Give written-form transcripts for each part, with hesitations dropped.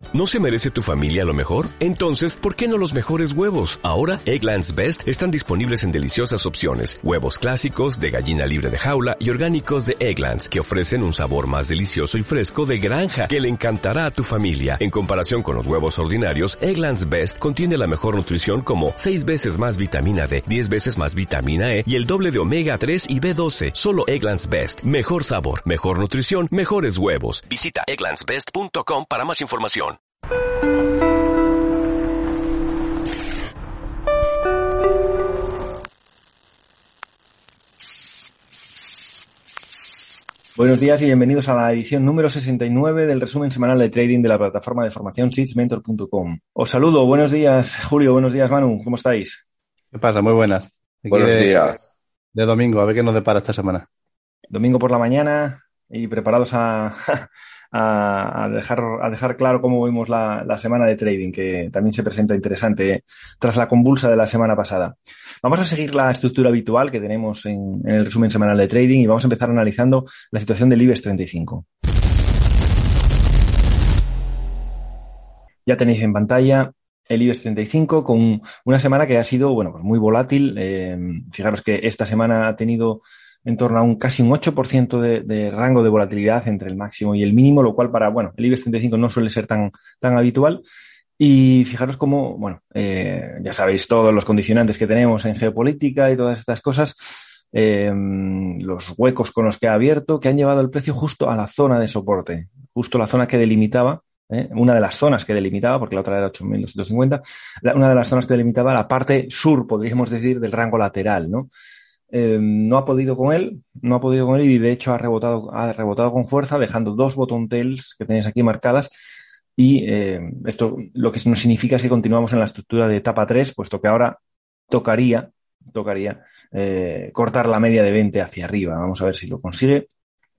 ¿No se merece tu familia lo mejor? Entonces, ¿por qué no los mejores huevos? Ahora, Eggland's Best están disponibles en deliciosas opciones. Huevos clásicos, de gallina libre de jaula y orgánicos de Eggland's, que ofrecen un sabor más delicioso y fresco de granja que le encantará a tu familia. En comparación con los huevos ordinarios, Eggland's Best contiene la mejor nutrición como 6 veces más vitamina D, 10 veces más vitamina E y el doble de omega 3 y B12. Solo Eggland's Best. Mejor sabor, mejor nutrición, mejores huevos. Visita egglandsbest.com para más información. Buenos días y bienvenidos a la edición número 69 del resumen semanal de trading de la plataforma de formación seedsmentor.com. Os saludo, buenos días Julio, buenos días Manu, ¿cómo estáis? ¿Qué pasa? Muy buenas. Aquí Buenos días. De domingo, a ver qué nos depara esta semana. Domingo por la mañana y preparados a dejar claro cómo vemos la semana de trading, que también se presenta interesante tras la convulsa de la semana pasada. Vamos a seguir la estructura habitual que tenemos en el resumen semanal de trading y vamos a empezar analizando la situación del IBEX 35. Ya tenéis en pantalla el IBEX 35 con una semana que ha sido, bueno, pues muy volátil. Fijaros que esta semana ha tenido en torno a casi un 8% de rango de volatilidad entre el máximo y el mínimo, lo cual para, bueno, el IBEX 35 no suele ser tan habitual. Y fijaros cómo, bueno, ya sabéis todos los condicionantes que tenemos en geopolítica y todas estas cosas, los huecos con los que ha abierto, que han llevado el precio justo a la zona de soporte, justo la zona que delimitaba, una de las zonas que delimitaba, porque la otra era 8.250, una de las zonas que delimitaba la parte sur, podríamos decir, del rango lateral, ¿no? No ha podido con él y de hecho ha rebotado con fuerza, dejando dos bottom tails que tenéis aquí marcadas y esto lo que nos significa es que continuamos en la estructura de etapa 3, puesto que ahora tocaría cortar la media de 20 hacia arriba. Vamos a ver si lo consigue.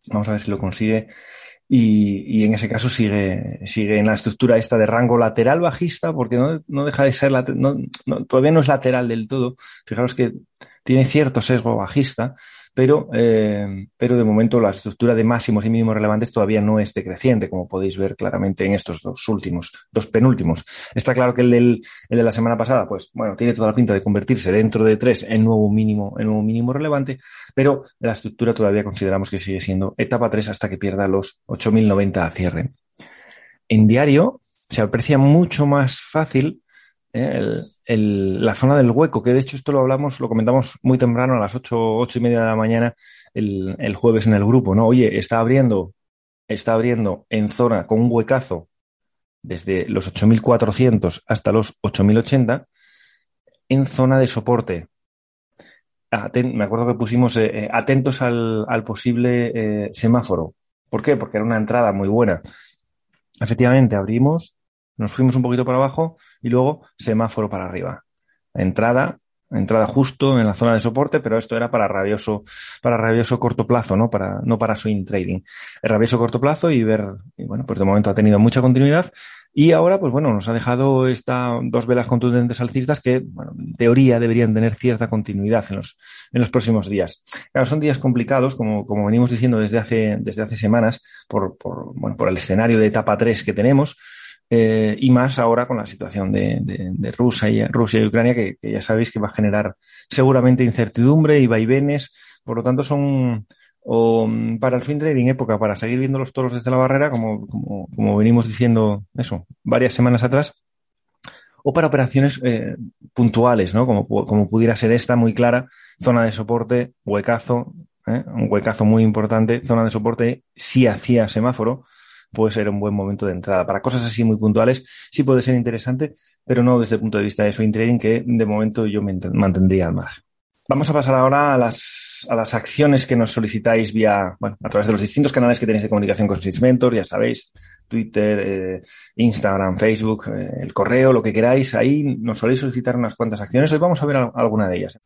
Y en ese caso sigue en la estructura esta de rango lateral bajista, porque no deja de ser todavía no es lateral del todo. Fijaros que tiene cierto sesgo bajista, pero de momento la estructura de máximos y mínimos relevantes todavía no es decreciente, como podéis ver claramente en estos dos penúltimos. Está claro que el de la semana pasada, pues bueno, tiene toda la pinta de convertirse dentro de 3 en nuevo mínimo relevante, pero la estructura todavía consideramos que sigue siendo etapa 3 hasta que pierda los 8.090 a cierre. En diario se aprecia mucho más fácil la zona del hueco, que de hecho esto lo comentamos muy temprano a las 8:30 de la mañana el jueves en el grupo, ¿no? Oye, está abriendo en zona con un huecazo desde los 8.400 hasta los 8.080 en zona de soporte. Me acuerdo que pusimos atentos al posible semáforo. ¿Por qué? Porque era una entrada muy buena. Efectivamente, abrimos, nos fuimos un poquito para abajo y luego semáforo para arriba. Entrada justo en la zona de soporte, pero esto era para rabioso corto plazo, no para swing trading. El rabioso corto plazo y bueno, pues de momento ha tenido mucha continuidad y ahora, pues bueno, nos ha dejado dos velas contundentes alcistas que, bueno, en teoría deberían tener cierta continuidad en los próximos días. Claro, son días complicados, como venimos diciendo desde hace semanas, por el escenario de etapa 3 que tenemos. Y más ahora con la situación de Rusia y Ucrania, que ya sabéis que va a generar seguramente incertidumbre y vaivenes. Por lo tanto, son para el swing trading época para seguir viendo los toros desde la barrera, como venimos diciendo eso varias semanas atrás, o para operaciones puntuales, ¿no? Como pudiera ser esta muy clara, zona de soporte, huecazo, un huecazo muy importante, zona de soporte, si hacía semáforo, puede ser un buen momento de entrada. Para cosas así muy puntuales sí puede ser interesante, pero no desde el punto de vista de swing trading, que de momento yo me mantendría al margen. Vamos a pasar ahora a las acciones que nos solicitáis a través de los distintos canales que tenéis de comunicación con SeedsMentor, ya sabéis, Twitter, Instagram, Facebook, el correo, lo que queráis. Ahí nos soléis solicitar unas cuantas acciones. Hoy vamos a ver alguna de ellas.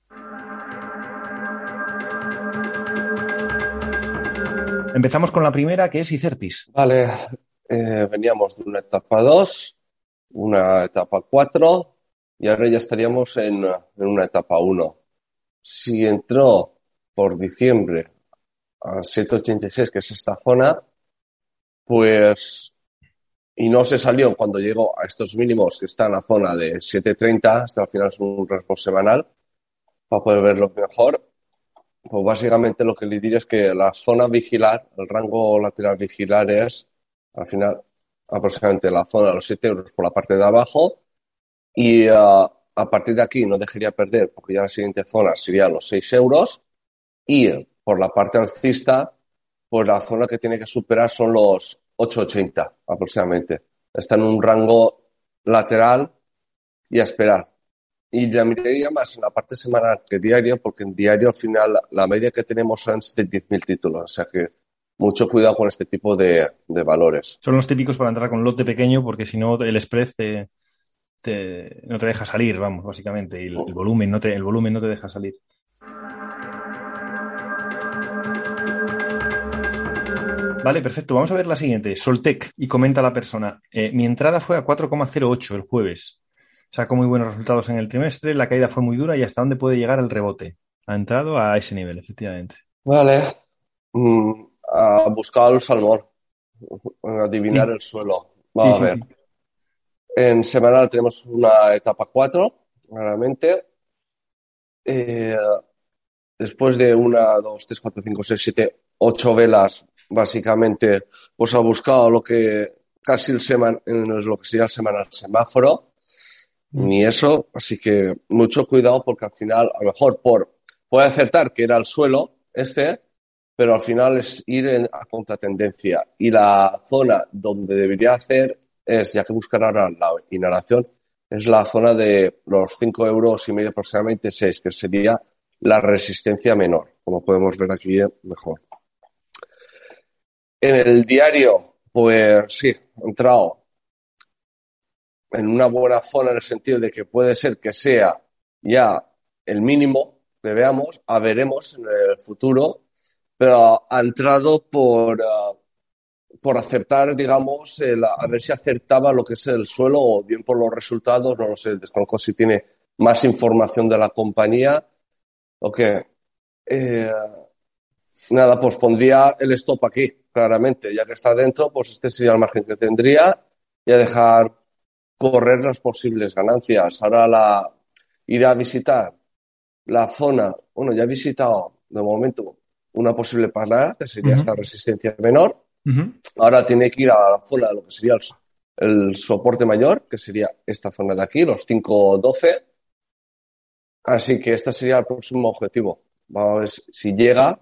Empezamos con la primera, que es Icertis. Vale, veníamos de una etapa 2, una etapa 4 y ahora ya estaríamos en una etapa 1. Si entró por diciembre a 7.86, que es esta zona, pues y no se salió cuando llegó a estos mínimos que está en la zona de 7.30, hasta al final es un rango semanal, para poder verlo mejor. Pues básicamente lo que le diré es que la zona vigilar, el rango lateral vigilar es al final aproximadamente la zona de los 7 euros por la parte de abajo y a partir de aquí no dejaría perder porque ya la siguiente zona sería los 6 euros y por la parte alcista pues la zona que tiene que superar son los 8,80 aproximadamente. Está en un rango lateral y a esperar. Y la miraría más en la parte semanal que diario, porque en diario al final la media que tenemos son de 10.000 títulos. O sea que mucho cuidado con este tipo de valores. Son los típicos para entrar con lote pequeño, porque si no el spread no te deja salir, vamos, básicamente. Y el volumen no te deja salir. Vale, perfecto. Vamos a ver la siguiente. Soltec. Y comenta la persona. Mi entrada fue a 4,08 el jueves. Sacó muy buenos resultados en el trimestre. La caída fue muy dura. ¿Y hasta dónde puede llegar el rebote? Ha entrado a ese nivel, efectivamente. Vale. A buscar el salmón. A adivinar el suelo. Vamos a ver. Sí. En semanal tenemos una etapa 4, claramente. Después de 1, 2, 3, 4, 5, 6, 7, 8 velas, básicamente, pues ha buscado lo que casi lo que sería el semanal semáforo, ni eso, así que mucho cuidado porque al final, a lo mejor puede acertar que era el suelo pero al final es ir a contratendencia. Y la zona donde debería hacer es, ya que buscar ahora la inhalación, es la zona de los 5,5 euros aproximadamente 6, que sería la resistencia menor, como podemos ver aquí mejor. En el diario, pues sí, he entrado en una buena zona en el sentido de que puede ser que sea ya el mínimo que veamos, veremos en el futuro, pero ha entrado por acertar, digamos, a ver si acertaba lo que es el suelo o bien por los resultados, no lo sé, desconozco si tiene más información de la compañía. Ok. Nada, pues pondría el stop aquí, claramente. Ya que está dentro, pues este sería el margen que tendría y a dejar correr las posibles ganancias. Ahora irá a visitar la zona. Bueno, ya he visitado de momento una posible parada, que sería esta resistencia menor. Ahora tiene que ir a la zona de lo que sería el soporte mayor, que sería esta zona de aquí, los 5,12. Así que este sería el próximo objetivo. Vamos a ver si llega,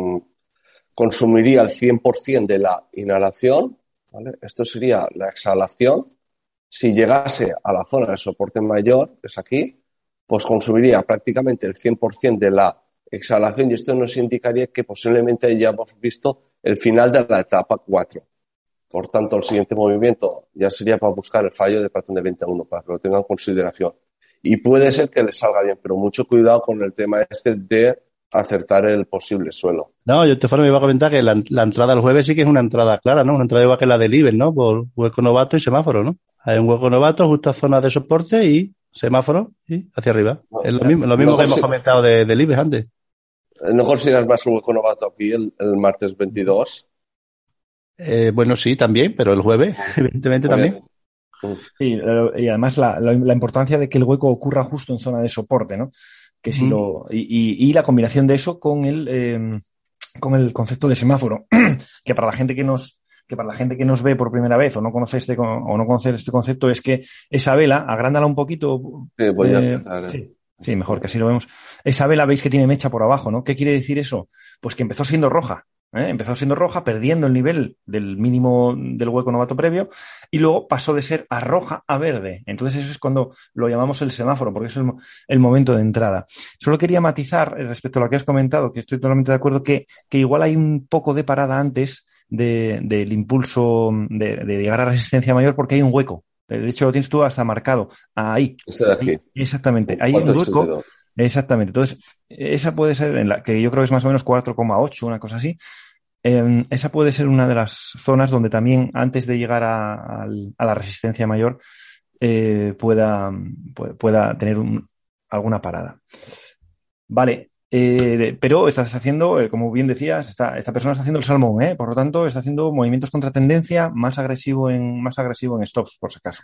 consumiría el 100% de la inhalación, ¿vale? Esto sería la exhalación. Si llegase a la zona de soporte mayor, que es aquí, pues consumiría prácticamente el 100% de la exhalación y esto nos indicaría que posiblemente ya hemos visto el final de la etapa 4. Por tanto, el siguiente movimiento ya sería para buscar el fallo de patrón de 21, para que lo tengan en consideración. Y puede ser que le salga bien, pero mucho cuidado con el tema de acertar el posible suelo. No, yo me iba a comentar que la entrada el jueves sí que es una entrada clara, ¿no? Una entrada igual que la del IBEX, ¿no? Por hueco novato y semáforo, ¿no? Hay un hueco novato justo a zona de soporte y semáforo y hacia arriba. No, es lo mismo que hemos comentado del IBEX antes. ¿No consideras más un hueco novato aquí el martes 22? Bueno, sí, también, pero el jueves, evidentemente también. Sí, y además la importancia de que el hueco ocurra justo en zona de soporte, ¿no? Que si y la combinación de eso con el concepto de semáforo, que para la gente que nos ve por primera vez o no conoce este concepto es que esa vela, agrándala un poquito. Sí, voy a intentar. Sí, mejor que así lo vemos. Esa vela veis que tiene mecha por abajo, ¿no? ¿Qué quiere decir eso? Pues que empezó siendo roja. Empezó siendo roja, perdiendo el nivel del mínimo del hueco novato previo y luego pasó de ser a roja a verde. Entonces eso es cuando lo llamamos el semáforo, porque es el momento de entrada. Solo quería matizar respecto a lo que has comentado, que estoy totalmente de acuerdo, que igual hay un poco de parada antes del impulso de llegar a resistencia mayor porque hay un hueco. De hecho, lo tienes tú hasta marcado. Ahí. Este de aquí. Ahí, exactamente. Hay un hueco. Exactamente. Entonces, esa puede ser, en la que yo creo que es más o menos 4,8, una cosa así. Esa puede ser una de las zonas donde también, antes de llegar a la resistencia mayor, pueda tener alguna parada. Vale. Pero estás haciendo, como bien decías, esta persona está haciendo el salmón, ¿eh? Por lo tanto, está haciendo movimientos contra tendencia, más agresivo en stops, por si acaso.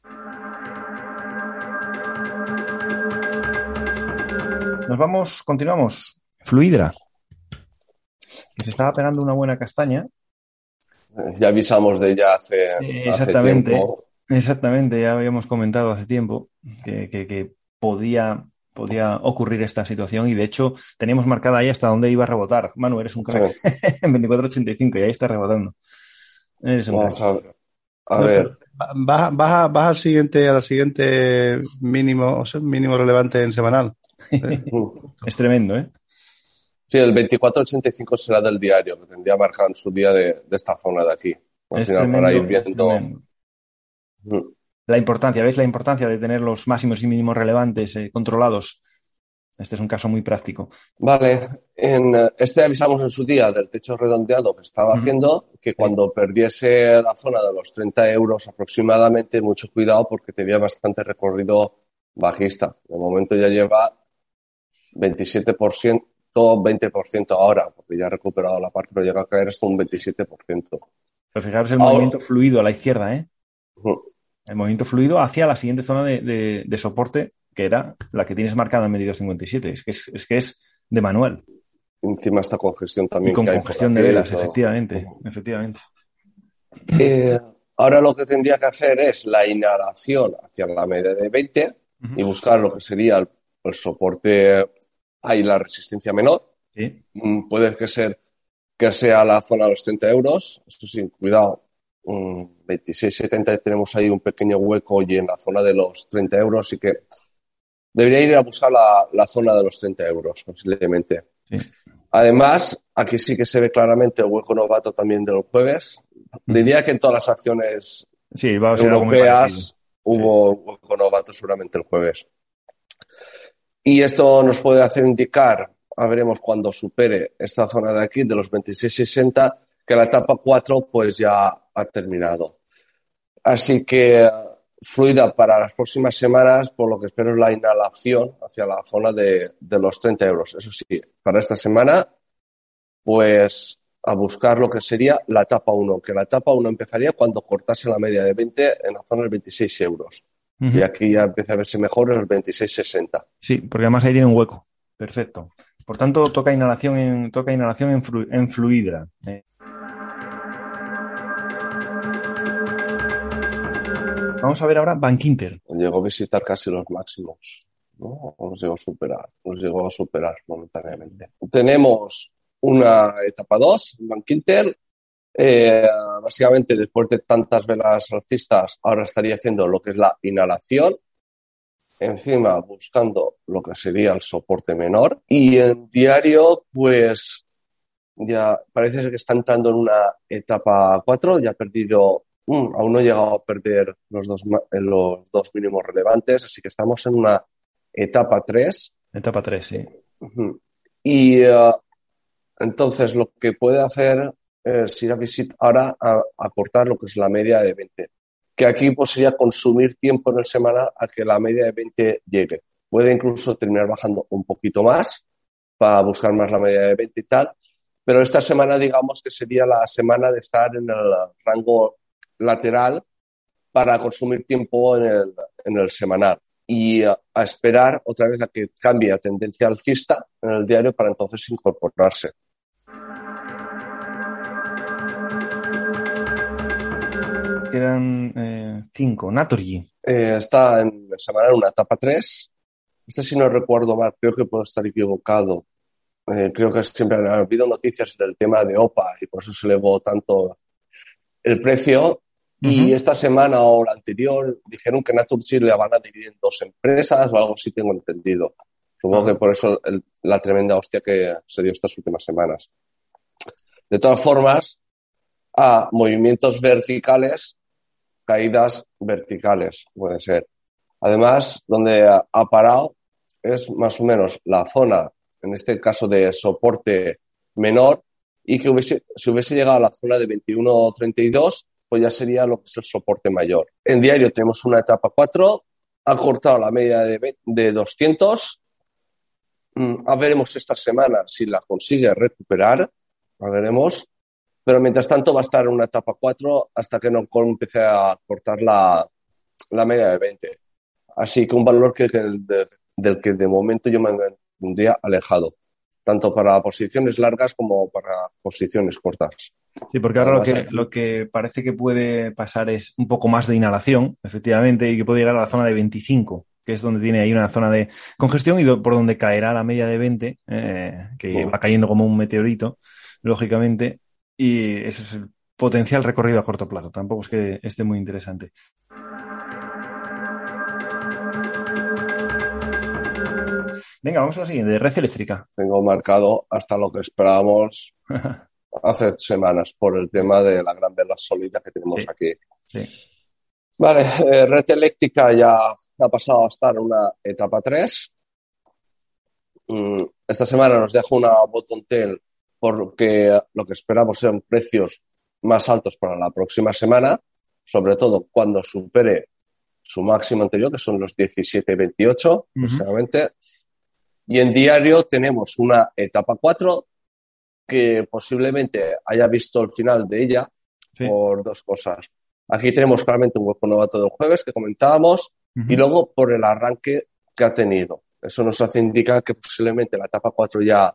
Continuamos. Fluidra, que se estaba pegando una buena castaña. Ya avisamos de ella hace tiempo. Exactamente, ya habíamos comentado hace tiempo que podía ocurrir esta situación y de hecho teníamos marcada ahí hasta dónde iba a rebotar. Manu, eres un crack. Sí. En 24.85 y ahí está rebotando. Eres un Vamos crack. A ver. Baja al siguiente mínimo, o sea, mínimo relevante en semanal. Es tremendo, ¿eh? Sí, el 24.85 será del diario, que tendría marcado en su día de esta zona de aquí. Al final, tremendo, para ir viendo. La importancia, ¿ves? La importancia de tener los máximos y mínimos relevantes controlados. Este es un caso muy práctico. Vale, en este avisamos en su día del techo redondeado que estaba haciendo, que cuando perdiese la zona de los 30 euros aproximadamente, mucho cuidado porque tenía bastante recorrido bajista. De momento ya lleva 27%, 20% ahora, porque ya ha recuperado la parte, pero llega a caer hasta un 27%. Pero fijaros el movimiento fluido a la izquierda, ¿eh? El movimiento fluido hacia la siguiente zona de soporte, que era la que tienes marcada en 22.57. Es que es de manual. Encima esta congestión también. Y con congestión de velas, efectivamente. Ahora lo que tendría que hacer es la inhalación hacia la media de 20 y buscar lo que sería el soporte y la resistencia menor. Sí. Puede que sea la zona de los 30 euros. Esto sí, cuidado. 26.70 tenemos ahí un pequeño hueco y en la zona de los 30 euros, así que debería ir a buscar la zona de los 30 euros posiblemente. Sí. Además, aquí sí que se ve claramente el hueco novato también de los jueves. Diría que en todas las acciones europeas hubo hueco novato seguramente el jueves. Y esto nos puede hacer indicar, veremos cuando supere esta zona de aquí de los 26.60, que la etapa 4 pues ya ha terminado. Así que fluida para las próximas semanas, por lo que espero es la inhalación hacia la zona de los 30 euros. Eso sí, para esta semana, pues a buscar lo que sería la etapa 1, que la etapa 1 empezaría cuando cortase la media de 20 en la zona de 26 euros. Y aquí ya empieza a verse mejor en los 26.60. Sí, porque además ahí tiene un hueco. Perfecto. Por tanto, toca inhalación en Fluidra. Vamos a ver ahora Bankinter. Llegó a visitar casi los máximos, ¿no? Los llegó a superar momentáneamente. Tenemos una etapa 2, Bankinter. Básicamente, después de tantas velas alcistas, ahora estaría haciendo lo que es la inhalación. Encima, buscando lo que sería el soporte menor. Y en diario, pues ya parece que está entrando en una etapa 4. Ya ha perdido, aún no ha llegado a perder los dos mínimos relevantes. Así que estamos en una etapa 3. Etapa 3, sí. Y entonces lo que puede hacer es ir ahora a cortar lo que es la media de 20. Que aquí pues sería consumir tiempo en el semanal a que la media de 20 llegue. Puede incluso terminar bajando un poquito más para buscar más la media de 20 y tal. Pero esta semana digamos que sería la semana de estar en el rango lateral para consumir tiempo en el semanal. Y a esperar otra vez a que cambie a tendencia alcista en el diario para entonces incorporarse. Quedan 5. Naturgy. Está en el semanal una etapa 3. Si no recuerdo mal, creo que puedo estar equivocado. Creo que siempre han habido noticias del tema de OPA y por eso se elevó tanto el precio. Y esta semana o la anterior dijeron que Naturgy le van a dividir en 2 empresas o algo así, tengo entendido. Supongo que por eso la tremenda hostia que se dio estas últimas semanas. De todas formas, movimientos verticales, caídas verticales, puede ser. Además, donde ha parado es más o menos la zona, en este caso de soporte menor, y que si hubiese llegado a la zona de 21.32, pues ya sería lo que es el soporte mayor. En diario tenemos una etapa 4, ha cortado la media de 200 Veremos esta semana si la consigue recuperar, veremos. Pero mientras tanto va a estar en una etapa 4 hasta que no empiece a cortar la media de 20. Así que un valor del que de momento yo me mantendría alejado, tanto para posiciones largas como para posiciones cortas. Sí, porque ahora lo que parece que puede pasar es un poco más de inhalación, efectivamente, y que puede llegar a la zona de 25, que es donde tiene ahí una zona de congestión y por donde caerá la media de 20, que va cayendo como un meteorito, lógicamente, y ese es el potencial recorrido a corto plazo. Tampoco es que esté muy interesante. Venga, vamos a la siguiente, red eléctrica. Tengo marcado hasta lo que esperábamos hace semanas por el tema de la gran vela sólida que tenemos aquí. Sí. Vale, red eléctrica ya ha pasado a estar en una etapa 3. Esta semana nos deja una bottom tail porque lo que esperamos son precios más altos para la próxima semana, sobre todo cuando supere su máximo anterior, que son los 17,28 aproximadamente. Y en diario tenemos una etapa 4 que posiblemente haya visto el final de ella por dos cosas. Aquí tenemos claramente un hueco novato del jueves que comentábamos y luego por el arranque que ha tenido. Eso nos hace indicar que posiblemente la etapa 4 ya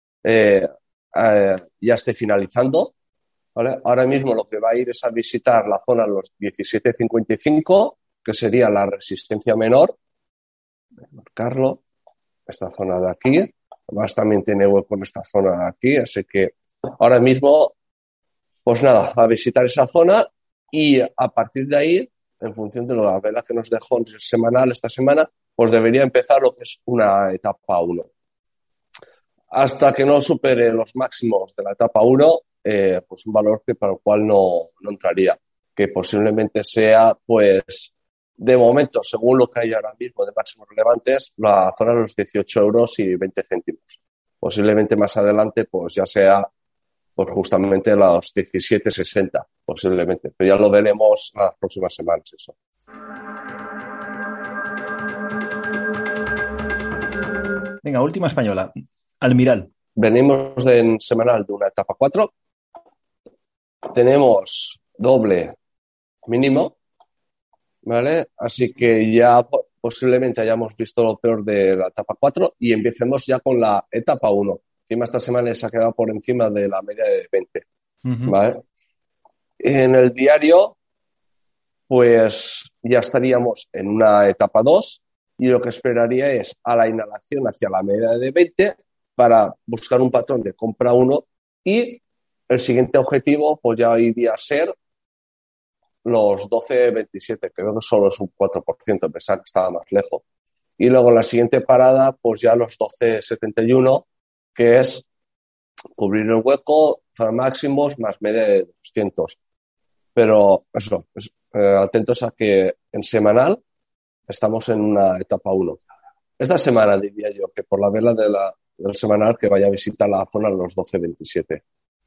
esté finalizando, ¿vale? Ahora mismo lo que va a ir es a visitar la zona de los 17,55, que sería la resistencia menor. Voy a marcarlo. Esta zona de aquí. Además también tiene hueco en esta zona de aquí, así que ahora mismo, pues nada, a visitar esa zona y a partir de ahí, en función de la vela que nos dejó en semanal esta semana, pues debería empezar lo que es una etapa 1. Hasta que no supere los máximos de la etapa 1, pues un valor para el cual no entraría, que posiblemente sea, pues, de momento, según lo que hay ahora mismo de máximos relevantes, la zona de los 18,20 €. Posiblemente más adelante, pues ya sea pues justamente los 17,60, posiblemente. Pero ya lo veremos las próximas semanas, eso. Venga, última española. Almiral. Venimos en semanal de una etapa 4. Tenemos doble mínimo, ¿vale? Así que ya posiblemente hayamos visto lo peor de la etapa 4 y empecemos ya con la etapa 1. Encima esta semana se ha quedado por encima de la media de 20, ¿vale? En el diario, pues ya estaríamos en una etapa 2 y lo que esperaría es a la inhalación hacia la media de 20 para buscar un patrón de compra 1 y el siguiente objetivo pues ya iría a ser los 12,27, creo que solo es un 4%, pensaba que estaba más lejos. Y luego la siguiente parada, pues ya los 12,71, que es cubrir el hueco, zona máximos, más media de 200. Pero eso, atentos a que en semanal estamos en una etapa 1. Esta semana diría yo que por la vela del semanal que vaya a visitar la zona de los 12,27.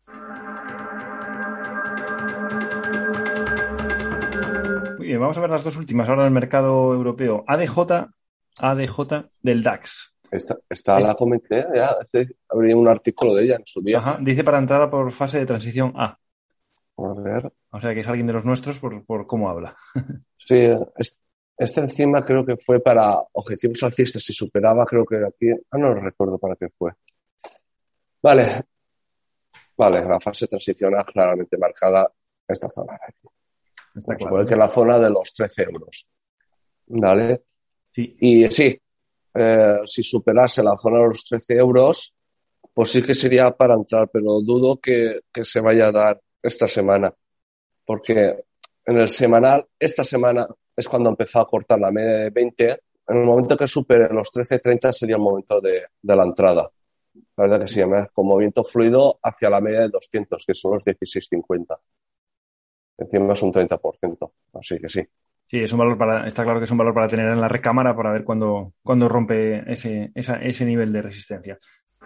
Muy bien, vamos a ver las dos últimas ahora en el mercado europeo. ADJ del DAX. Esta la comenté, ya habría un artículo de ella en su día. Ajá, dice para entrada por fase de transición A. A ver. O sea que es alguien de los nuestros por cómo habla. Sí, esta encima creo que fue para objetivos alcistas. Si superaba, creo que aquí... no recuerdo para qué fue. Vale, la fase transicional claramente marcada esta zona de aquí. Está claro. Igual que la zona de los 13 euros. ¿Vale? Sí. Y sí, si superase la zona de los 13 euros, pues sí que sería para entrar, pero dudo que se vaya a dar esta semana. Porque en el semanal, esta semana es cuando empezó a cortar la media de 20. En el momento que supere los 13,30 sería el momento de la entrada. La verdad que sí, con movimiento fluido hacia la media de 200, que son los 16,50. Encima es un 30%, así que sí. Sí, es un valor está claro que es un valor para tener en la recámara para ver cuándo rompe ese nivel de resistencia.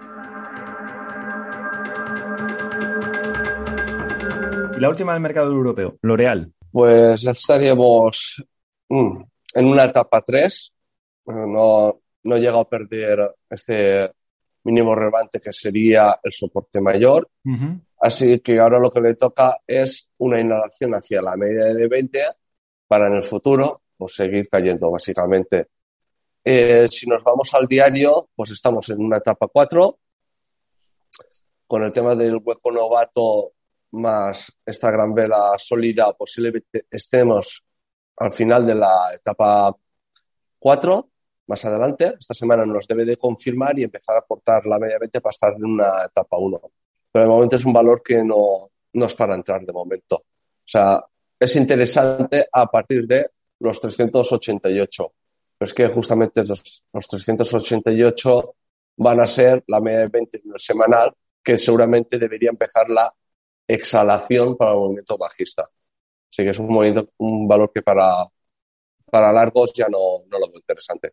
Y la última del mercado europeo, L'Oréal. Pues ya estaríamos en una etapa 3. No no ha llegado a perder este mínimo relevante que sería el soporte mayor. Uh-huh. Así que ahora lo que le toca es una inhalación hacia la media de 20 para en el futuro pues seguir cayendo básicamente. Si nos vamos al diario, pues estamos en una etapa 4 con el tema del hueco novato más esta gran vela sólida, posiblemente estemos al final de la etapa 4, más adelante. Esta semana nos debe de confirmar y empezar a cortar la media 20 para estar en una etapa 1. Pero de momento es un valor que no es para entrar de momento. O sea, es interesante a partir de los 388. Pero es que justamente los 388 van a ser la media de 20 en el semanal, que seguramente debería empezar la exhalación para el movimiento bajista. Así que es un valor que para largos ya no lo veo interesante.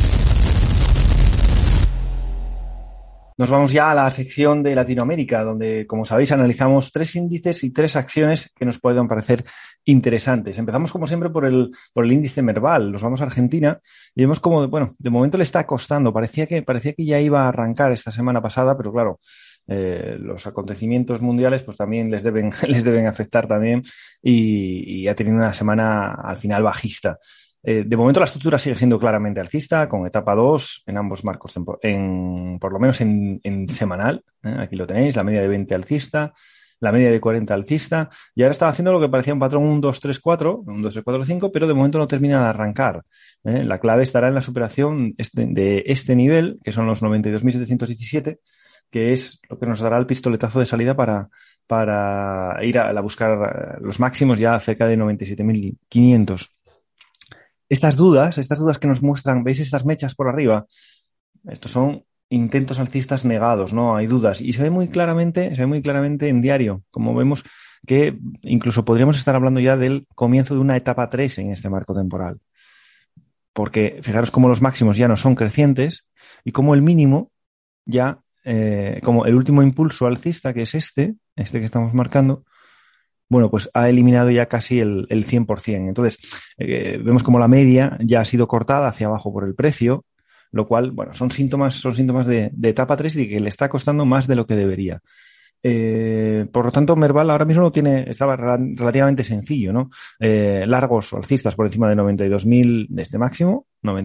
Nos vamos ya a la sección de Latinoamérica, donde, como sabéis, analizamos 3 índices y 3 acciones que nos puedan parecer interesantes. Empezamos, como siempre, por el índice Merval. Nos vamos a Argentina y vemos como, de momento le está costando. Parecía que ya iba a arrancar esta semana pasada, pero claro, los acontecimientos mundiales pues también les deben afectar también y ha tenido una semana al final bajista. De momento la estructura sigue siendo claramente alcista, con etapa 2 en ambos marcos, por lo menos en semanal. Aquí lo tenéis, la media de 20 alcista, la media de 40 alcista, y ahora estaba haciendo lo que parecía un patrón 1, 2, 3, 4, 1, 2, 3, 4, 5, pero de momento no termina de arrancar. La clave estará en la superación de este nivel, que son los 92.717, que es lo que nos dará el pistoletazo de salida para ir a buscar los máximos ya cerca de 97.500. Estas dudas que nos muestran, ¿veis estas mechas por arriba? Estos son intentos alcistas negados, no hay dudas. Y se ve muy claramente en diario, como vemos que incluso podríamos estar hablando ya del comienzo de una etapa 3 en este marco temporal. Porque fijaros cómo los máximos ya no son crecientes y cómo el mínimo ya, como el último impulso alcista, que es este que estamos marcando, bueno, pues ha eliminado ya casi el 100%. Entonces, vemos como la media ya ha sido cortada hacia abajo por el precio, lo cual, bueno, son síntomas de etapa 3 y que le está costando más de lo que debería. Por lo tanto, Merval ahora mismo estaba relativamente sencillo, ¿no? Largos o alcistas por encima de 92.000 de este máximo,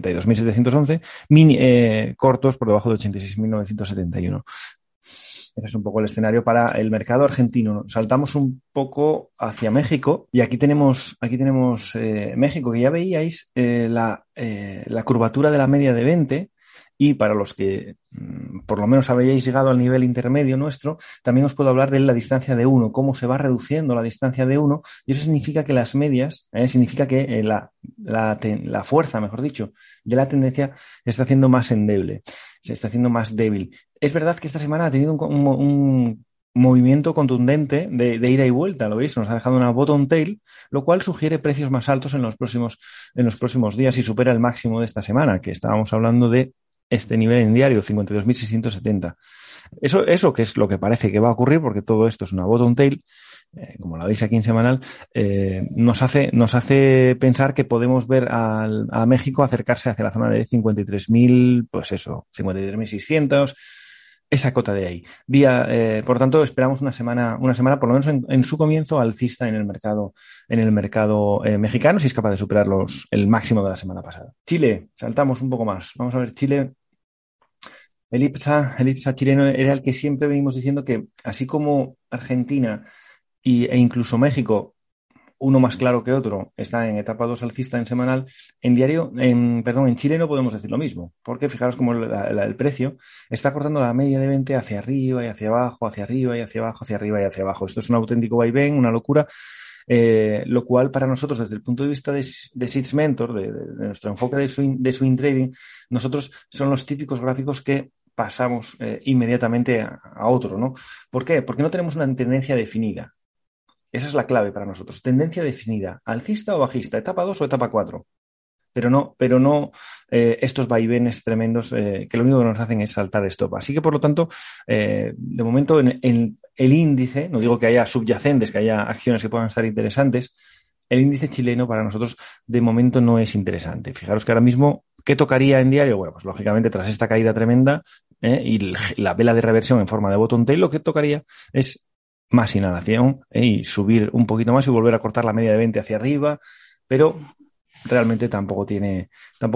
92.711, cortos por debajo de 86.971. Ese es un poco el escenario para el mercado argentino. Saltamos un poco hacia México y aquí tenemos México, que ya veíais la curvatura de la media de 20, y para los que por lo menos habéis llegado al nivel intermedio nuestro, también os puedo hablar de la distancia de 1, cómo se va reduciendo la distancia de 1, y eso significa que las medias, significa que la fuerza, mejor dicho, de la tendencia se está haciendo más endeble, se está haciendo más débil. Es verdad que esta semana ha tenido un movimiento contundente de ida y vuelta, ¿lo veis? Nos ha dejado una bottom tail, lo cual sugiere precios más altos en los próximos días y supera el máximo de esta semana, que estábamos hablando de este nivel en diario, 52.670. Eso que es lo que parece que va a ocurrir, porque todo esto es una bottom tail, como la veis aquí en semanal, nos hace pensar que podemos ver a México acercarse hacia la zona de 53.000, pues eso, 53.600, esa cota de ahí. Por tanto, esperamos una semana por lo menos en su comienzo alcista en el mercado mexicano, si es capaz de superar el máximo de la semana pasada. Chile, saltamos un poco más. Vamos a ver Chile. El IPSA chileno era el que siempre venimos diciendo que, así como Argentina e incluso México, uno más claro que otro, está en etapa 2 alcista en semanal, en Chile no podemos decir lo mismo, porque fijaros cómo el precio está cortando la media de 20 hacia arriba y hacia abajo, hacia arriba y hacia abajo, hacia arriba y hacia abajo. Esto es un auténtico vaivén, una locura, lo cual para nosotros, desde el punto de vista de Seeds Mentor, de nuestro enfoque de swing trading, nosotros son los típicos gráficos que pasamos inmediatamente a otro, ¿no? ¿Por qué? Porque no tenemos una tendencia definida. Esa es la clave para nosotros. Tendencia definida, alcista o bajista, etapa 2 o etapa 4. Pero no estos vaivenes tremendos que lo único que nos hacen es saltar stop. Así que, por lo tanto, de momento en el índice, no digo que haya subyacentes, que haya acciones que puedan estar interesantes, el índice chileno para nosotros de momento no es interesante. Fijaros que ahora mismo ¿Qué tocaría en diario? Bueno, pues lógicamente tras esta caída tremenda y la vela de reversión en forma de bottom tail, lo que tocaría es más inhalación y subir un poquito más y volver a cortar la media de 20 hacia arriba, pero realmente tampoco tiene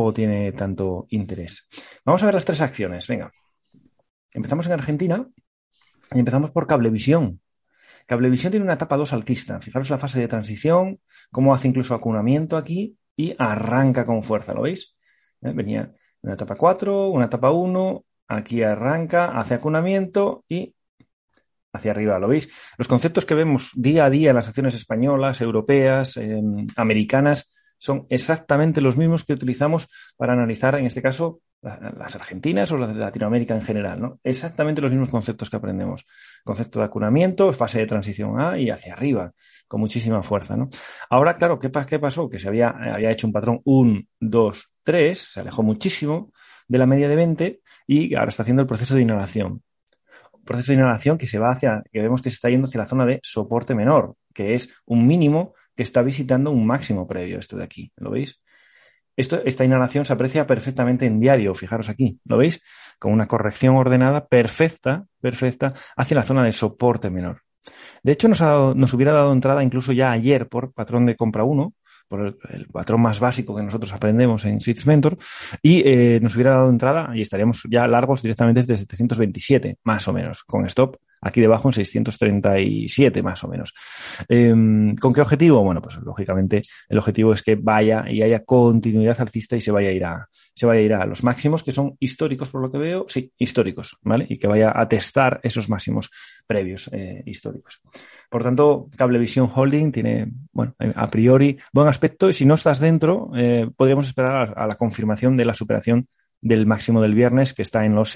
tanto interés. Vamos a ver las 3 acciones. Venga, empezamos en Argentina y empezamos por Cablevisión. Cablevisión tiene una etapa 2 alcista. Fijaros la fase de transición, cómo hace incluso acunamiento aquí y arranca con fuerza, ¿lo veis? Venía una etapa 4, una etapa 1, aquí arranca, hace acunamiento y hacia arriba, ¿lo veis? Los conceptos que vemos día a día en las acciones españolas, europeas, americanas, son exactamente los mismos que utilizamos para analizar, en este caso, las argentinas o las de Latinoamérica en general, ¿no? Exactamente los mismos conceptos que aprendemos. Concepto de acunamiento, fase de transición A y hacia arriba, con muchísima fuerza, ¿no? Ahora, claro, ¿qué pasó? Que se había hecho un patrón 1, 2, 3, se alejó muchísimo de la media de 20 y ahora está haciendo el proceso de inhalación. Proceso de inhalación que vemos que se está yendo hacia la zona de soporte menor, que es un mínimo que está visitando un máximo previo, esto de aquí, ¿lo veis? Esta inhalación se aprecia perfectamente en diario, fijaros aquí, ¿lo veis? Con una corrección ordenada perfecta hacia la zona de soporte menor. De hecho, nos hubiera dado entrada incluso ya ayer por patrón de compra 1, por el patrón más básico que nosotros aprendemos en Seeds Mentor, y nos hubiera dado entrada y estaríamos ya largos directamente desde 727, más o menos, con stop aquí debajo en 637, más o menos. ¿Con qué objetivo? Bueno, pues lógicamente el objetivo es que vaya y haya continuidad alcista y se vaya a ir a los máximos que son históricos, por lo que veo, sí, históricos, ¿vale? Y que vaya a testar esos máximos previos históricos. Por tanto, Cablevisión Holding tiene, bueno, a priori buen aspecto y si no estás dentro, podríamos esperar a la confirmación de la superación del máximo del viernes que está en los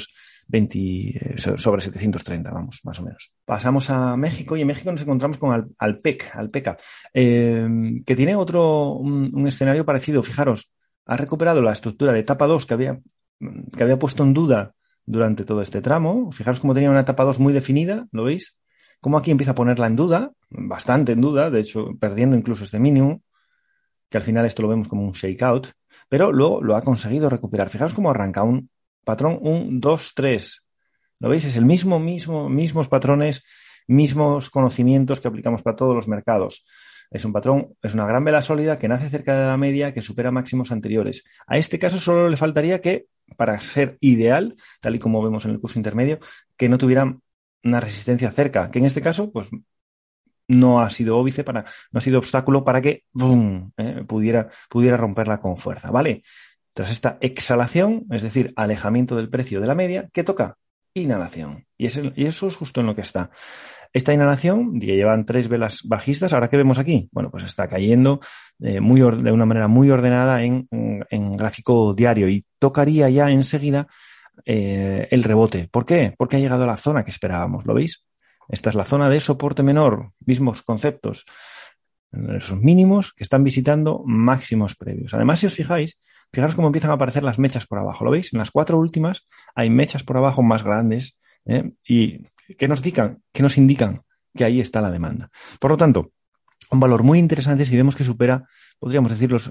720, sobre 730, vamos, más o menos. Pasamos a México y en México nos encontramos con Alpeca, que tiene un escenario parecido. Fijaros, ha recuperado la estructura de etapa 2 que había puesto en duda durante todo este tramo. Fijaros cómo tenía una etapa 2 muy definida, ¿lo veis? Cómo aquí empieza a ponerla en duda, bastante en duda, de hecho, perdiendo incluso este mínimo, que al final esto lo vemos como un shakeout, pero luego lo ha conseguido recuperar. Fijaos cómo arranca un patrón 1, 2, 3. ¿Lo veis? Es el mismos patrones, mismos conocimientos que aplicamos para todos los mercados. Es un patrón, es una gran vela sólida que nace cerca de la media, que supera máximos anteriores. A este caso solo le faltaría que, para ser ideal, tal y como vemos en el curso intermedio, que no tuviera una resistencia cerca, que en este caso, pues no ha sido óbice no ha sido obstáculo para que ¡bum! Pudiera romperla con fuerza, ¿vale? Tras esta exhalación, es decir, alejamiento del precio de la media, ¿qué toca? Inhalación. Y eso es justo en lo que está. Esta inhalación, que llevan 3 velas bajistas, ¿ahora qué vemos aquí? Bueno, pues está cayendo de una manera muy ordenada en gráfico diario y tocaría ya enseguida el rebote. ¿Por qué? Porque ha llegado a la zona que esperábamos, ¿lo veis? Esta es la zona de soporte menor, mismos conceptos, esos mínimos que están visitando máximos previos. Además, si os fijaros cómo empiezan a aparecer las mechas por abajo, ¿lo veis? En las 4 últimas hay mechas por abajo más grandes y que nos indican que ahí está la demanda. Por lo tanto, un valor muy interesante si vemos que supera, podríamos decir, los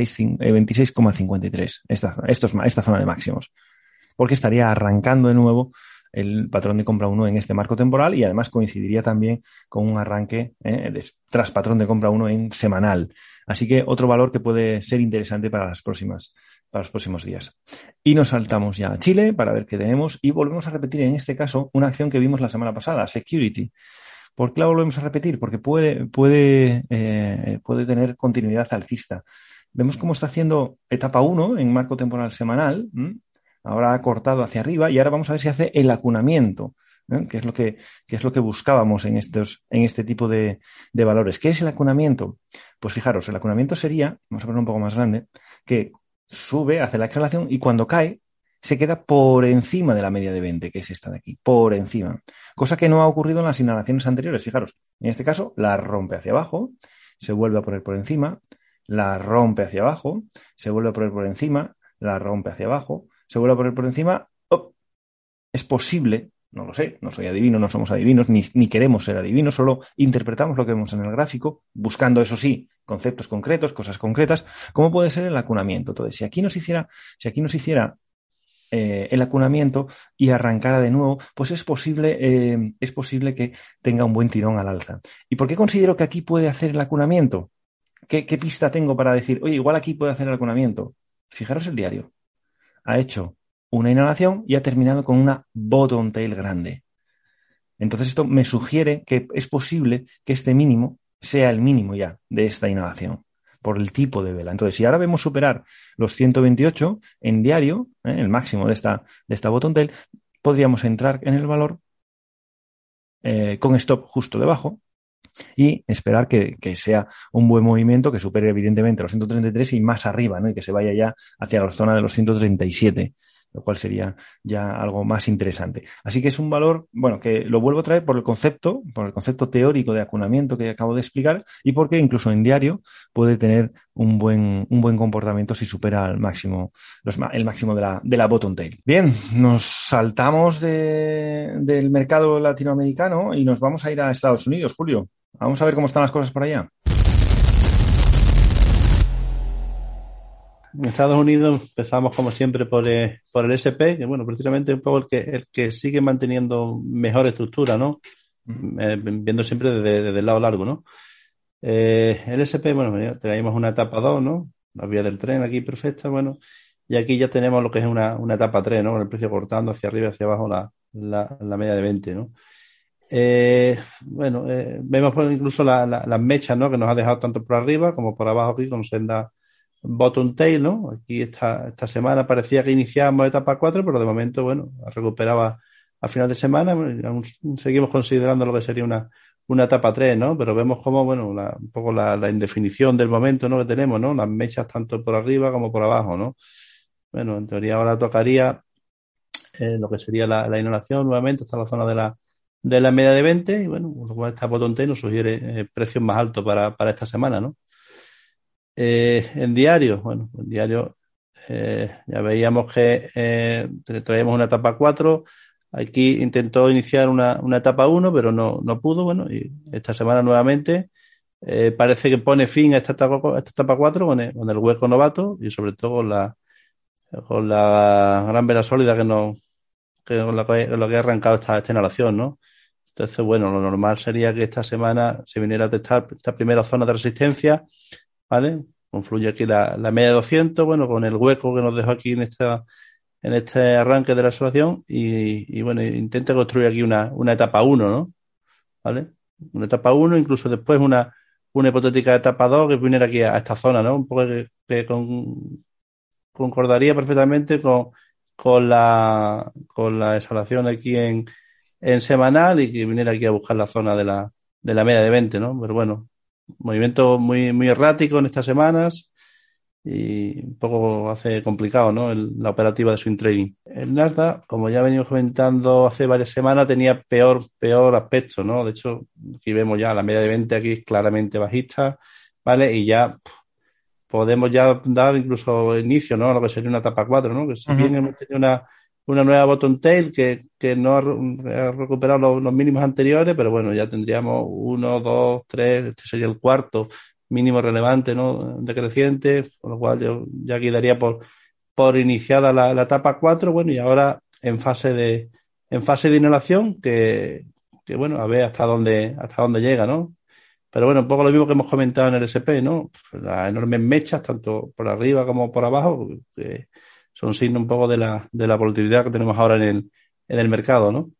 26,53, esta zona de máximos, porque estaría arrancando de nuevo el patrón de compra 1 en este marco temporal y además coincidiría también con un arranque tras patrón de compra 1 en semanal. Así que otro valor que puede ser interesante para los próximos días. Y nos saltamos ya a Chile para ver qué tenemos y volvemos a repetir en este caso una acción que vimos la semana pasada, Security. ¿Por qué la volvemos a repetir? Porque puede tener continuidad alcista. Vemos cómo está haciendo etapa 1 en marco temporal semanal. Ahora ha cortado hacia arriba y ahora vamos a ver si hace el acunamiento, que es lo que buscábamos en este tipo de valores. ¿Qué es el acunamiento? Pues fijaros, el acunamiento sería, vamos a poner un poco más grande, que sube, hace la exhalación y cuando cae se queda por encima de la media de 20, que es esta de aquí, por encima. Cosa que no ha ocurrido en las inhalaciones anteriores. Fijaros, en este caso la rompe hacia abajo, se vuelve a poner por encima, la rompe hacia abajo, se vuelve a poner por encima, la rompe hacia abajo, se vuelve a poner por encima. ¡Oh! Es posible No lo sé, no soy adivino, no somos adivinos, ni queremos ser adivinos, solo interpretamos lo que vemos en el gráfico, buscando, eso sí, conceptos concretos, cosas concretas, como puede ser el acunamiento. Entonces, si aquí nos hiciera el acunamiento y arrancara de nuevo, pues es posible que tenga un buen tirón al alza. ¿Y por qué considero que aquí puede hacer el acunamiento? ¿Qué pista tengo para decir, oye, igual aquí puede hacer el acunamiento? Fijaros el diario. Ha hecho una inhalación y ha terminado con una bottom tail grande. Entonces esto me sugiere que es posible que este mínimo sea el mínimo ya de esta inhalación por el tipo de vela. Entonces, si ahora vemos superar los 128 en diario, el máximo de esta bottom tail, podríamos entrar en el valor con stop justo debajo y esperar que sea un buen movimiento que supere evidentemente los 133 y más arriba, ¿no? Y que se vaya ya hacia la zona de los 137, lo cual sería ya algo más interesante. Así que es un valor, bueno, que lo vuelvo a traer por el concepto teórico de acunamiento que acabo de explicar y porque incluso en diario puede tener un buen comportamiento si supera el máximo de la bottom tail. Bien, nos saltamos del mercado latinoamericano y nos vamos a ir a Estados Unidos, Julio. Vamos a ver cómo están las cosas por allá. En Estados Unidos empezamos como siempre por el SP, que bueno, precisamente un poco el que sigue manteniendo mejor estructura, ¿no? Viendo siempre desde el lado largo, ¿no? El SP, bueno, teníamos una etapa 2, ¿no? La vía del tren aquí perfecta, bueno, y aquí ya tenemos lo que es una etapa 3, ¿no? Con el precio cortando hacia arriba y hacia abajo la media de 20, ¿no? Vemos pues incluso las mechas, ¿no? Que nos ha dejado tanto por arriba como por abajo aquí con senda bottom tail, ¿no? Aquí esta semana parecía que iniciábamos etapa 4, pero de momento, bueno, recuperaba a final de semana. Aún seguimos considerando lo que sería una etapa 3, ¿no? Pero vemos como, bueno, un poco la indefinición del momento, ¿no? Que tenemos, ¿no? Las mechas tanto por arriba como por abajo, ¿no? Bueno, en teoría ahora tocaría lo que sería la inhalación nuevamente hasta la zona de la media de 20 y bueno, lo cual esta bottom tail nos sugiere precios más altos para esta semana, ¿no? En diario, ya veíamos que traíamos una etapa 4, aquí intentó iniciar una etapa 1, pero no pudo, bueno, y esta semana nuevamente parece que pone fin a esta etapa 4 con el hueco novato y sobre todo con la gran vela sólida con lo que ha arrancado esta inhalación, ¿no? Entonces, bueno, lo normal sería que esta semana se viniera a testar esta primera zona de resistencia, ¿vale? Confluye aquí la media de 200, bueno, con el hueco que nos dejó aquí en este arranque de la oscilación y bueno, intenta construir aquí una etapa 1, ¿no? ¿Vale? Una etapa 1, incluso después una hipotética etapa 2 que viniera aquí a esta zona, ¿no? Un poco que concordaría perfectamente con la exhalación aquí en semanal y que viniera aquí a buscar la zona de la media de 20, ¿no? Pero bueno, movimiento muy, muy errático en estas semanas y un poco hace complicado, ¿no? La operativa de swing trading. El Nasdaq, como ya venimos comentando hace varias semanas, tenía peor aspecto, ¿no? De hecho, aquí vemos ya la media de 20 aquí es claramente bajista, ¿vale? Y ya podemos ya dar incluso inicio, ¿no? A lo que sería una etapa 4, ¿no? Que si bien hemos tenido una nueva bottom tail que no ha recuperado los mínimos anteriores, pero bueno, ya tendríamos 1, 2, 3, este sería el cuarto mínimo relevante, ¿no? Decreciente, con lo cual yo ya aquí daría por iniciada la etapa 4, bueno, y ahora en fase de inhalación, que bueno, a ver hasta dónde llega, ¿no? Pero bueno, un poco lo mismo que hemos comentado en el SP, ¿no? Las enormes mechas, tanto por arriba como por abajo, que son signo un poco de la volatilidad que tenemos ahora en el mercado, ¿no?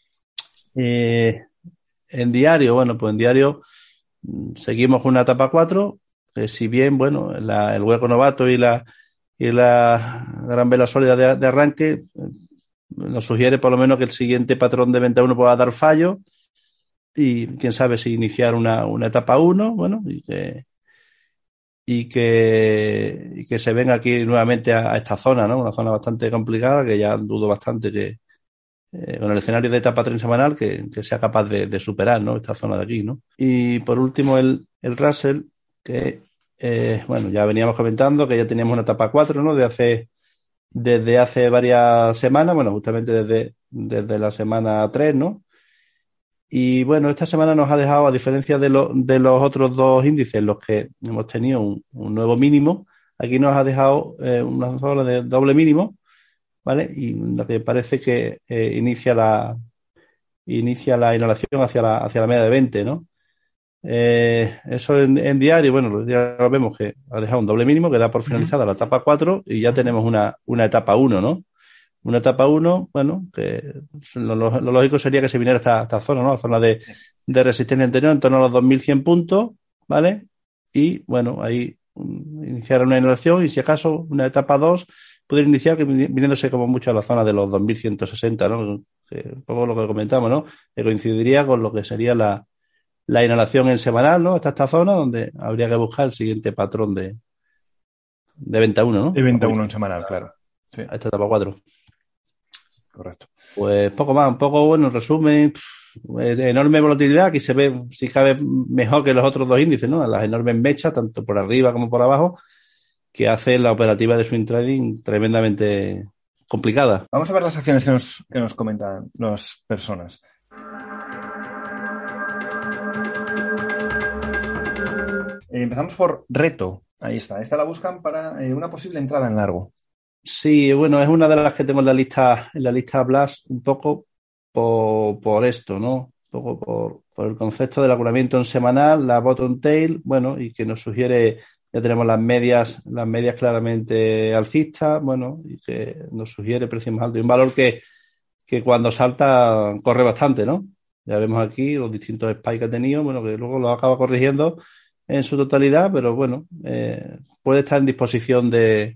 En diario, bueno, pues en diario seguimos con una etapa 4, que si bien, bueno, el hueco novato y la gran vela sólida de arranque nos sugiere por lo menos que el siguiente patrón de venta 1 pueda dar fallo y quién sabe si iniciar una etapa 1, bueno, y que se venga aquí nuevamente a esta zona, ¿no? Una zona bastante complicada que ya dudo bastante que con el escenario de etapa 3 semanal que sea capaz de superar, ¿no? Esta zona de aquí, ¿no? Y por último el Russell, que bueno, ya veníamos comentando que ya teníamos una etapa 4, ¿no? Desde hace varias semanas, bueno, justamente desde la semana 3, ¿no? Y bueno, esta semana nos ha dejado, a diferencia de los otros dos índices, los que hemos tenido un nuevo mínimo, aquí nos ha dejado una zona de doble mínimo, ¿vale? Y lo que parece que inicia la inhalación hacia la media de 20, ¿no? Eso en diario, bueno, ya lo vemos que ha dejado un doble mínimo que da por finalizada la etapa 4 y ya tenemos una etapa 1, ¿no? Una etapa 1, bueno, que lo lógico sería que se viniera esta zona, ¿no? La zona de resistencia anterior en torno a los 2.100 puntos, ¿vale? Y, bueno, ahí iniciar una inhalación y, si acaso, una etapa 2 puede iniciar viniéndose como mucho a la zona de los 2.160, ¿no? Un poco lo que comentamos, ¿no? Que coincidiría con lo que sería la inhalación en semanal, ¿no? Hasta esta zona donde habría que buscar el siguiente patrón de venta 1, ¿no? De venta 1 en semanal, claro. Sí. A esta etapa 4. Correcto. Pues poco más, un poco, bueno, en resumen, enorme volatilidad, aquí se ve, si cabe, mejor que los otros dos índices, ¿no? Las enormes mechas, tanto por arriba como por abajo, que hace la operativa de swing trading tremendamente complicada. Vamos a ver las acciones que nos comentan las personas. Empezamos por Reto. Ahí está. Esta la buscan para una posible entrada en largo. Sí, bueno, es una de las que tengo en la lista Blast, un poco por esto, ¿no? Un poco por el concepto del acumulamiento en semanal, la bottom tail, bueno, y que nos sugiere, ya tenemos las medias claramente alcistas, bueno, y que nos sugiere precios más altos. Y un valor que cuando salta corre bastante, ¿no? Ya vemos aquí los distintos spikes que ha tenido, bueno, que luego los acaba corrigiendo en su totalidad, pero bueno, puede estar en disposición de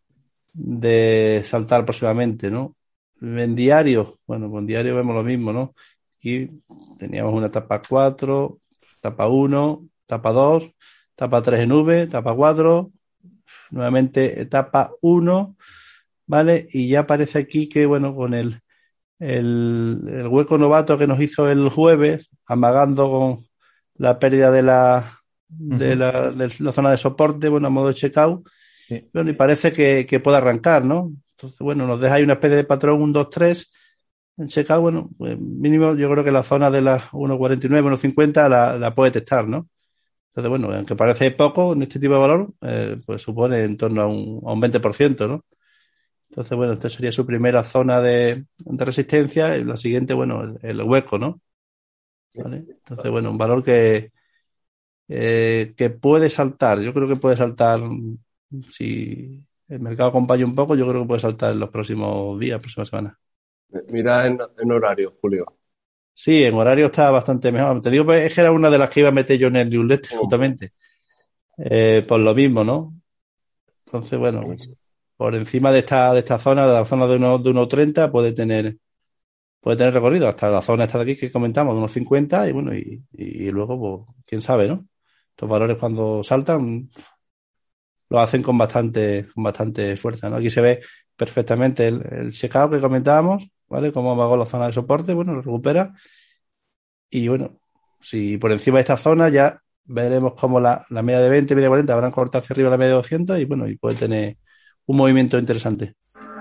saltar próximamente, ¿no? En diario, bueno, pues en diario vemos lo mismo, ¿no? Aquí teníamos una etapa 4, etapa 1, etapa 2, etapa 3 en V, etapa 4, nuevamente etapa 1, ¿vale? Y ya aparece aquí que, bueno, con el hueco novato que nos hizo el jueves, amagando con la pérdida de la zona de soporte, bueno, a modo de checkout. Sí. Bueno, y parece que puede arrancar, ¿no? Entonces, bueno, nos deja ahí una especie de patrón 1, 2, 3 en checkout. Bueno, pues mínimo yo creo que la zona de las 1.49, 1.50 la puede testar, ¿no? Entonces, bueno, aunque parece poco en este tipo de valor, pues supone en torno a un 20%, ¿no? Entonces, bueno, esta sería su primera zona de resistencia y la siguiente, bueno, el hueco, ¿no? ¿Vale? Entonces, bueno, un valor que puede saltar. Yo creo que puede saltar, si el mercado acompaña un poco, yo creo que puede saltar en los próximos días, próximas semanas. Mira en horario, Julio. Sí, en horario está bastante mejor. Te digo, pues, es que era una de las que iba a meter yo en el newsletter, justamente. Por lo mismo, ¿no? Entonces, bueno, por encima de esta zona, de la zona de 1.30, puede tener recorrido hasta la zona esta de aquí que comentamos, de 1.50, y bueno, y luego, pues, quién sabe, ¿no? Estos valores cuando saltan lo hacen con bastante fuerza, ¿no? Aquí se ve perfectamente el checkout que comentábamos, ¿vale? Cómo amagó la zona de soporte, bueno, lo recupera. Y bueno, si por encima de esta zona ya veremos cómo la media de 20, media de 40 habrán cortado hacia arriba la media de 200 y bueno, y puede tener un movimiento interesante.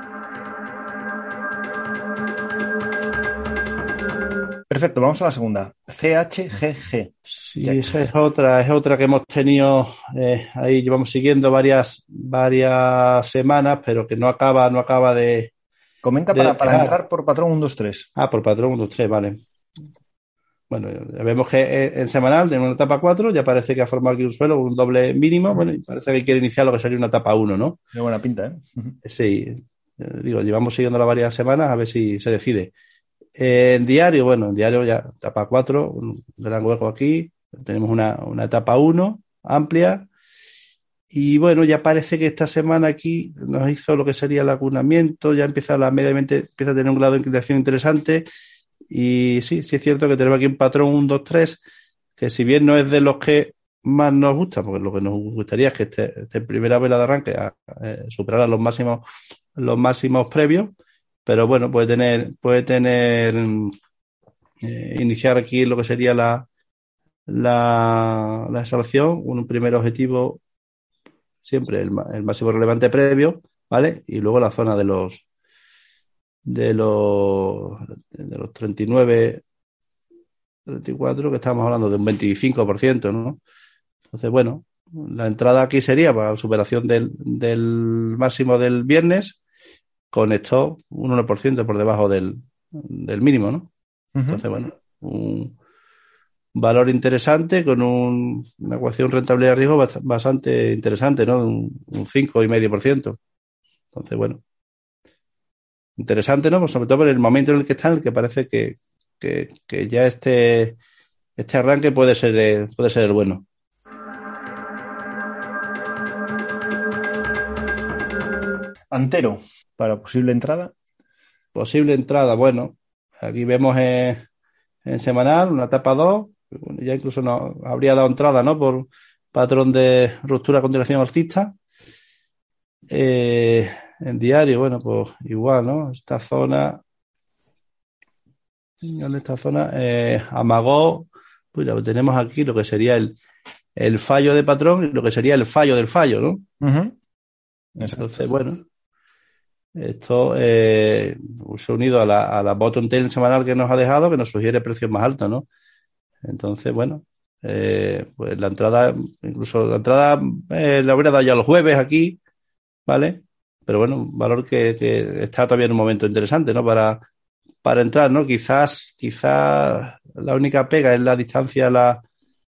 Perfecto, vamos a la segunda. CHGG. Sí, esa es otra que hemos tenido ahí, llevamos siguiendo varias semanas, pero que no acaba de... Comenta para entrar por patrón 1, 2, 3. Por patrón 1, 2, 3, vale. Bueno, ya vemos que en semanal, en una etapa 4, ya parece que ha formado aquí un suelo, un doble mínimo, bueno, y parece que quiere iniciar lo que sería una etapa 1, ¿no? Tiene buena pinta, ¿eh? Sí, llevamos siguiéndola varias semanas a ver si se decide. En diario ya etapa 4, un gran hueco aquí, tenemos una etapa 1 amplia y bueno, ya parece que esta semana aquí nos hizo lo que sería el acunamiento, ya empieza mediamente empieza a tener un grado de inclinación interesante y sí es cierto que tenemos aquí un patrón 1, 2, 3 que si bien no es de los que más nos gusta, porque lo que nos gustaría es que este primera vela de arranque superara los máximos previos. Pero bueno, puede tener iniciar aquí lo que sería la exhalación, un primer objetivo, siempre el máximo relevante previo, ¿vale? Y luego la zona de los de los 39, 34, que estamos hablando de un 25%, ¿no? Entonces, bueno, la entrada aquí sería para la superación del máximo del viernes, con esto un 1% por debajo del mínimo, ¿no? Entonces, bueno, un valor interesante con una ecuación rentabilidad-riesgo bastante interesante, ¿no? Un 5,5%. Entonces, bueno, interesante, ¿no? Pues sobre todo por el momento en el que está, en el que parece que ya este arranque puede ser el bueno. Antero, para posible entrada. Posible entrada, bueno, aquí vemos en semanal una etapa 2, ya incluso no habría dado entrada, ¿no? Por patrón de ruptura a continuación alcista. En diario, bueno, pues igual, ¿no? Esta zona amagó, pues tenemos aquí lo que sería el fallo de patrón y lo que sería el fallo del fallo, ¿no? Entonces, bueno, esto se ha unido a la bottom tail semanal que nos ha dejado, que nos sugiere precios más altos, ¿no? Entonces, bueno, pues la entrada la hubiera dado ya los jueves aquí, ¿vale? Pero bueno, un valor que está todavía en un momento interesante, ¿no? Para entrar, ¿no? Quizás la única pega es la distancia a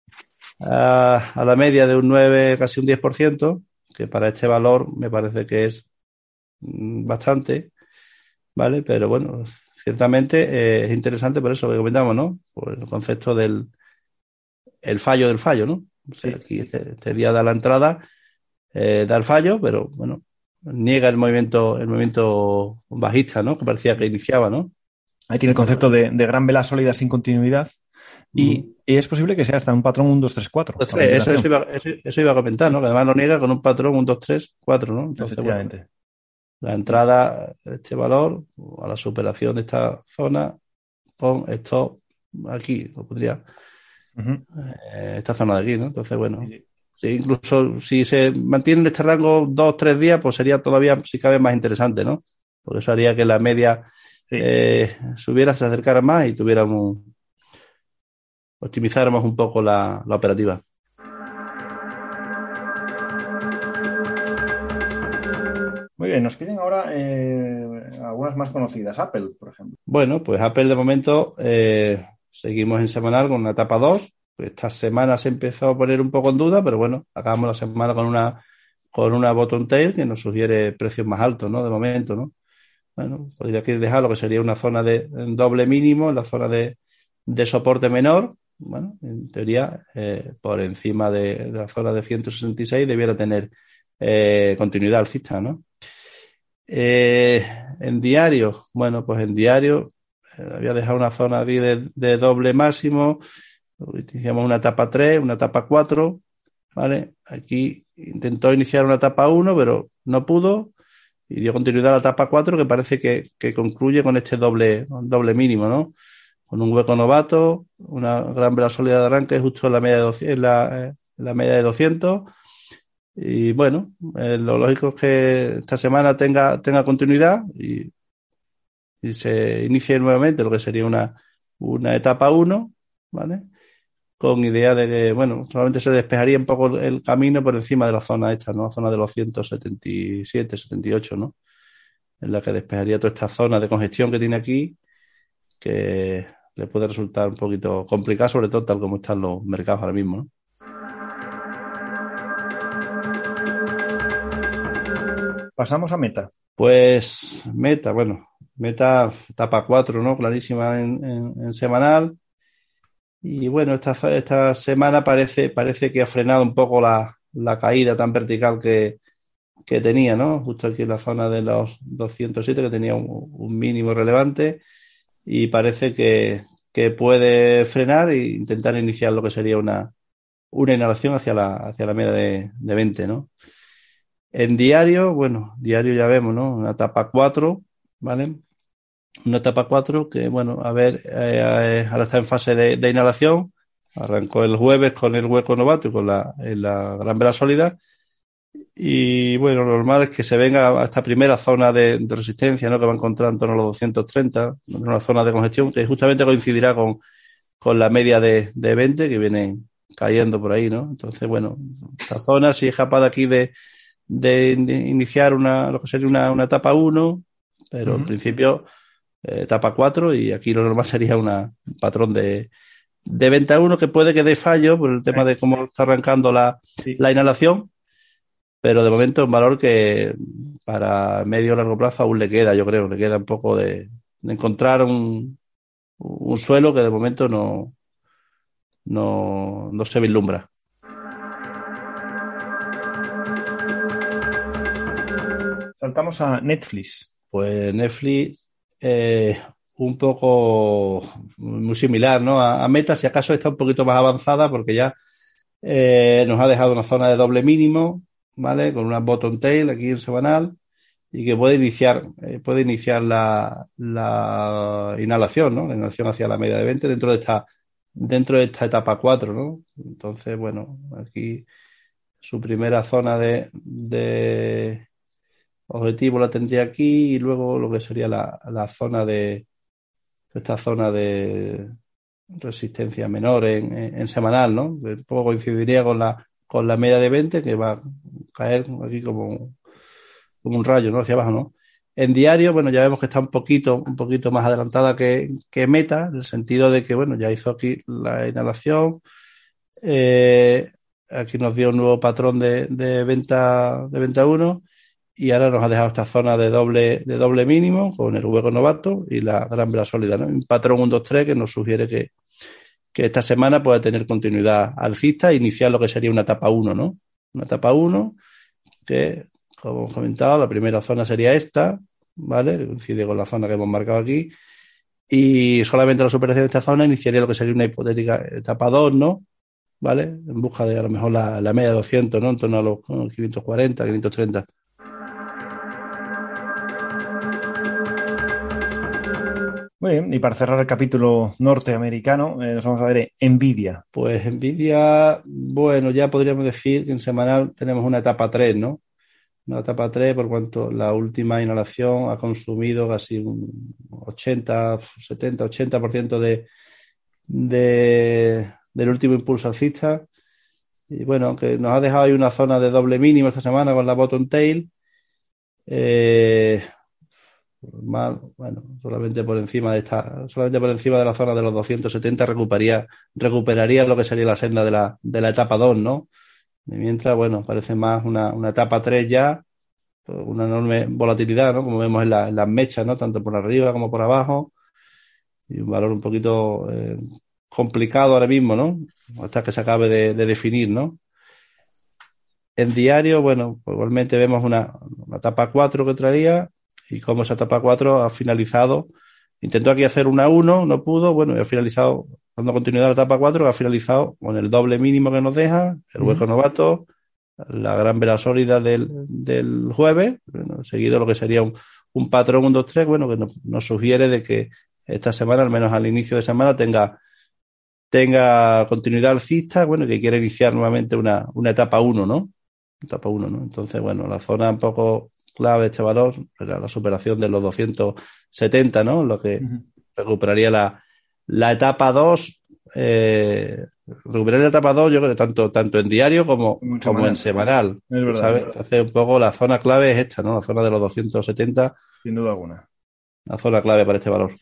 la media de un 9, casi un 10%, que para este valor me parece que es bastante, ¿vale? Pero bueno, ciertamente es interesante por eso que comentamos, ¿no? Por el concepto del fallo del fallo, ¿no? O sea, aquí este día da la entrada, da el fallo, pero bueno, niega el movimiento bajista, ¿no? Que parecía que iniciaba, ¿no? Ahí tiene el concepto de gran vela sólida sin continuidad y es posible que sea hasta un patrón 1, 2, 3, 4. Eso iba a comentar, ¿no? Que además lo niega con un patrón 1, 2, 3, 4, ¿no? Entonces, efectivamente. Bueno, la entrada de este valor a la superación de esta zona con esto aquí, lo podría esta zona de aquí, ¿no? Entonces, bueno, sí, incluso si se mantiene en este rango 2, 3 días, pues sería todavía, si cabe, más interesante, ¿no? Porque eso haría que la media subiera, se acercara más y optimizáramos un poco la operativa. Muy bien, nos piden ahora algunas más conocidas. Apple, por ejemplo. Bueno, pues Apple de momento seguimos en semanal con una etapa 2. Esta semana se empezó a poner un poco en duda, pero bueno, acabamos la semana con una bottom tail que nos sugiere precios más altos, ¿no? De momento, ¿no? Bueno, podría dejar lo que sería una zona de doble mínimo, la zona de soporte menor. Bueno, en teoría, por encima de la zona de 166 debiera tener continuidad alcista, ¿no? En diario, bueno, pues en diario había dejado una zona aquí de doble máximo, iniciamos una etapa 3, una etapa 4, ¿vale? Aquí intentó iniciar una etapa 1, pero no pudo y dio continuidad a la etapa 4, que parece que concluye con este doble mínimo, ¿no? Con un hueco novato, una gran vela sólida de arranque justo en la media de 200, la media de 200. Y bueno, lo lógico es que esta semana tenga continuidad y se inicie nuevamente lo que sería una etapa 1, ¿vale? Con idea de que, bueno, solamente se despejaría un poco el camino por encima de la zona esta, ¿no? La zona de los 177, 78, ¿no? En la que despejaría toda esta zona de congestión que tiene aquí, que le puede resultar un poquito complicado, sobre todo tal como están los mercados ahora mismo, ¿no? Pasamos a Meta. Pues Meta, etapa 4, ¿no? Clarísima en semanal. Y bueno, esta semana parece que ha frenado un poco la caída tan vertical que tenía, ¿no? Justo aquí en la zona de los 207, que tenía un mínimo relevante, y parece que puede frenar e intentar iniciar lo que sería una inhalación hacia la media de 20, ¿no? En diario, diario ya vemos, ¿no? Una etapa 4, ¿vale? Una etapa 4 que, bueno, a ver, ahora está en fase de inhalación. Arrancó el jueves con el hueco novato y con la gran vela sólida. Y bueno, lo normal es que se venga a esta primera zona de resistencia, ¿no? Que va a encontrar en torno a los 230, una zona de congestión que justamente coincidirá con la media de 20 que viene cayendo por ahí, ¿no? Entonces, bueno, esta zona, si es capaz de aquí de iniciar lo que sería una etapa 1, pero en principio etapa 4, y aquí lo normal sería un patrón de venta 1 que puede que dé fallo por el tema de cómo está arrancando la inhalación, pero de momento es un valor que para medio o largo plazo aún le queda, yo creo, le queda un poco de encontrar un suelo que de momento no se vislumbra. Saltamos a Netflix. Pues Netflix, un poco muy similar, ¿no? A Meta, si acaso está un poquito más avanzada porque ya nos ha dejado una zona de doble mínimo, ¿vale? Con una bottom tail aquí en semanal y que puede iniciar la inhalación, ¿no? La inhalación hacia la media de 20 dentro de esta etapa 4, ¿no? Entonces, bueno, aquí su primera zona de objetivo la tendría aquí y luego lo que sería esta zona de resistencia menor en semanal, ¿no? Un poco coincidiría con la media de 20 que va a caer aquí como un rayo, ¿no? Hacia abajo, ¿no? En diario, bueno, ya vemos que está un poquito más adelantada que Meta, en el sentido de que, bueno, ya hizo aquí la inhalación, aquí nos dio un nuevo patrón de venta 1 y ahora nos ha dejado esta zona de doble mínimo con el hueco novato y la gran vela sólida, ¿no? Un patrón 1, 2, 3 que nos sugiere que esta semana pueda tener continuidad alcista e iniciar lo que sería una etapa 1, ¿no? Una etapa 1 que, como hemos comentado, la primera zona sería esta, ¿vale? Coincide con la zona que hemos marcado aquí. Y solamente la superación de esta zona iniciaría lo que sería una hipotética etapa 2, ¿no? ¿Vale? En busca de a lo mejor la media de 200, ¿no? En torno a los 540, 530. Muy bien, y para cerrar el capítulo norteamericano, nos vamos a ver Nvidia. Pues Nvidia, bueno, ya podríamos decir que en semanal tenemos una etapa 3, ¿no? Una etapa 3 por cuanto la última inhalación ha consumido casi un 80% del último impulso alcista. Y bueno, que nos ha dejado ahí una zona de doble mínimo esta semana con la bottom tail. Bueno, solamente por encima de la zona de los 270 recuperaría lo que sería la senda de la etapa 2, ¿no? Y mientras, bueno, parece más una etapa 3 ya, una enorme volatilidad, ¿no? Como vemos en las mechas, ¿no? Tanto por arriba como por abajo. Y un valor un poquito complicado ahora mismo, ¿no? Hasta que se acabe de definir, ¿no? En diario, bueno, pues igualmente vemos una etapa 4 que traía y como esa etapa 4 ha finalizado. Intentó aquí hacer una 1, no pudo, bueno, y ha finalizado, dando continuidad a la etapa 4, que ha finalizado con el doble mínimo que nos deja, el hueco novato, la gran vela sólida del jueves, bueno, seguido lo que sería un patrón 1, 2, 3, bueno, que nos sugiere de que esta semana, al menos al inicio de semana, tenga continuidad alcista, bueno, que quiere iniciar nuevamente una etapa 1, ¿no? Etapa 1, ¿no? Entonces, bueno, la zona un poco clave de este valor era la superación de los 270, ¿no? Lo que recuperaría la etapa 2, recuperaría la etapa 2, yo creo, tanto en diario como en semanal. Es verdad. ¿Sabes? Entonces, un poco la zona clave es esta, ¿no? La zona de los 270. Sin duda alguna. La zona clave para este valor.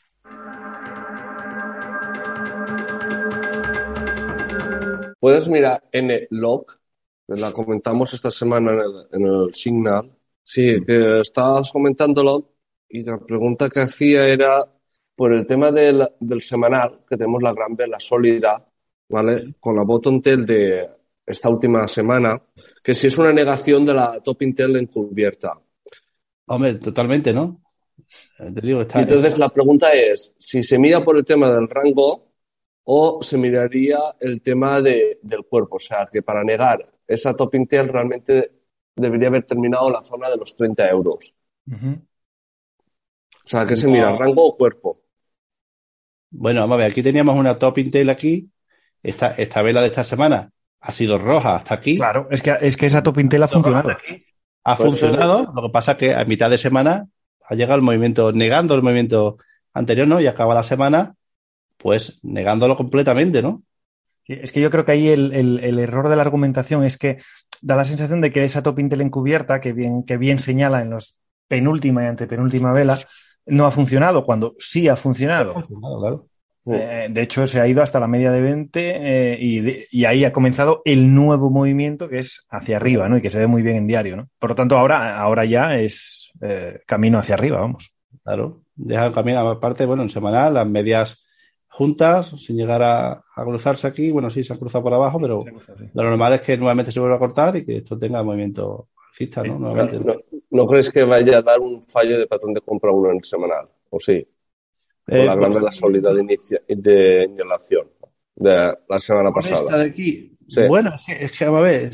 Puedes mirar NLog, la comentamos esta semana en el Signal. Sí, que estabas comentándolo y la pregunta que hacía era por el tema del semanal, que tenemos la gran vela sólida, ¿vale? Con la bottom tail de esta última semana, que si es una negación de la top tail encubierta. Hombre, totalmente, ¿no? Te digo, y entonces la pregunta es, si se mira por el tema del rango o se miraría el tema del cuerpo. O sea, que para negar esa top tail realmente debería haber terminado la zona de los 30 euros. O sea, ¿qué se mira, rango o cuerpo? Bueno, vamos a ver, aquí teníamos una top tail aquí, esta vela de esta semana ha sido roja hasta aquí. Claro, es que esa top Intel ha funcionado. Ha funcionado, lo que pasa es que a mitad de semana ha llegado el movimiento, negando el movimiento anterior, ¿no? Y acaba la semana, pues, negándolo completamente, ¿no? Es que yo creo que ahí el error de la argumentación es que da la sensación de que esa top Intel encubierta, que bien señala en los penúltima y antepenúltima vela, no ha funcionado, cuando sí ha funcionado. Ha funcionado, claro. De hecho, se ha ido hasta la media de 20 y ahí ha comenzado el nuevo movimiento que es hacia arriba, ¿no? Y que se ve muy bien en diario, ¿no? Por lo tanto, ahora ya es camino hacia arriba, vamos. Claro, dejan camino. Aparte, bueno, en semanal, las medias juntas, sin llegar a cruzarse aquí. Bueno, sí, se han cruzado por abajo, pero lo normal es que nuevamente se vuelva a cortar y que esto tenga movimiento alcista, ¿no? Nuevamente. ¿No crees que vaya a dar un fallo de patrón de compra 1 en semanal? ¿O sí? Con la gran vela sólida de inhalación de la semana pasada. Esta de aquí. Sí. Bueno, es que vamos a ver,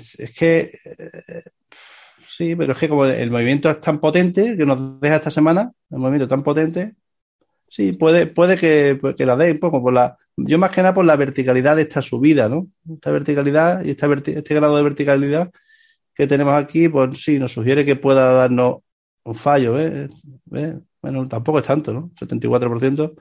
sí, pero es que como el movimiento es tan potente que nos deja esta semana, el movimiento tan potente, sí, puede que la dé un poco yo más que nada por la verticalidad de esta subida, ¿no? Esta verticalidad y este grado de verticalidad que tenemos aquí, pues sí, nos sugiere que pueda darnos un fallo, ¿eh? Bueno, tampoco es tanto, ¿no? 74%.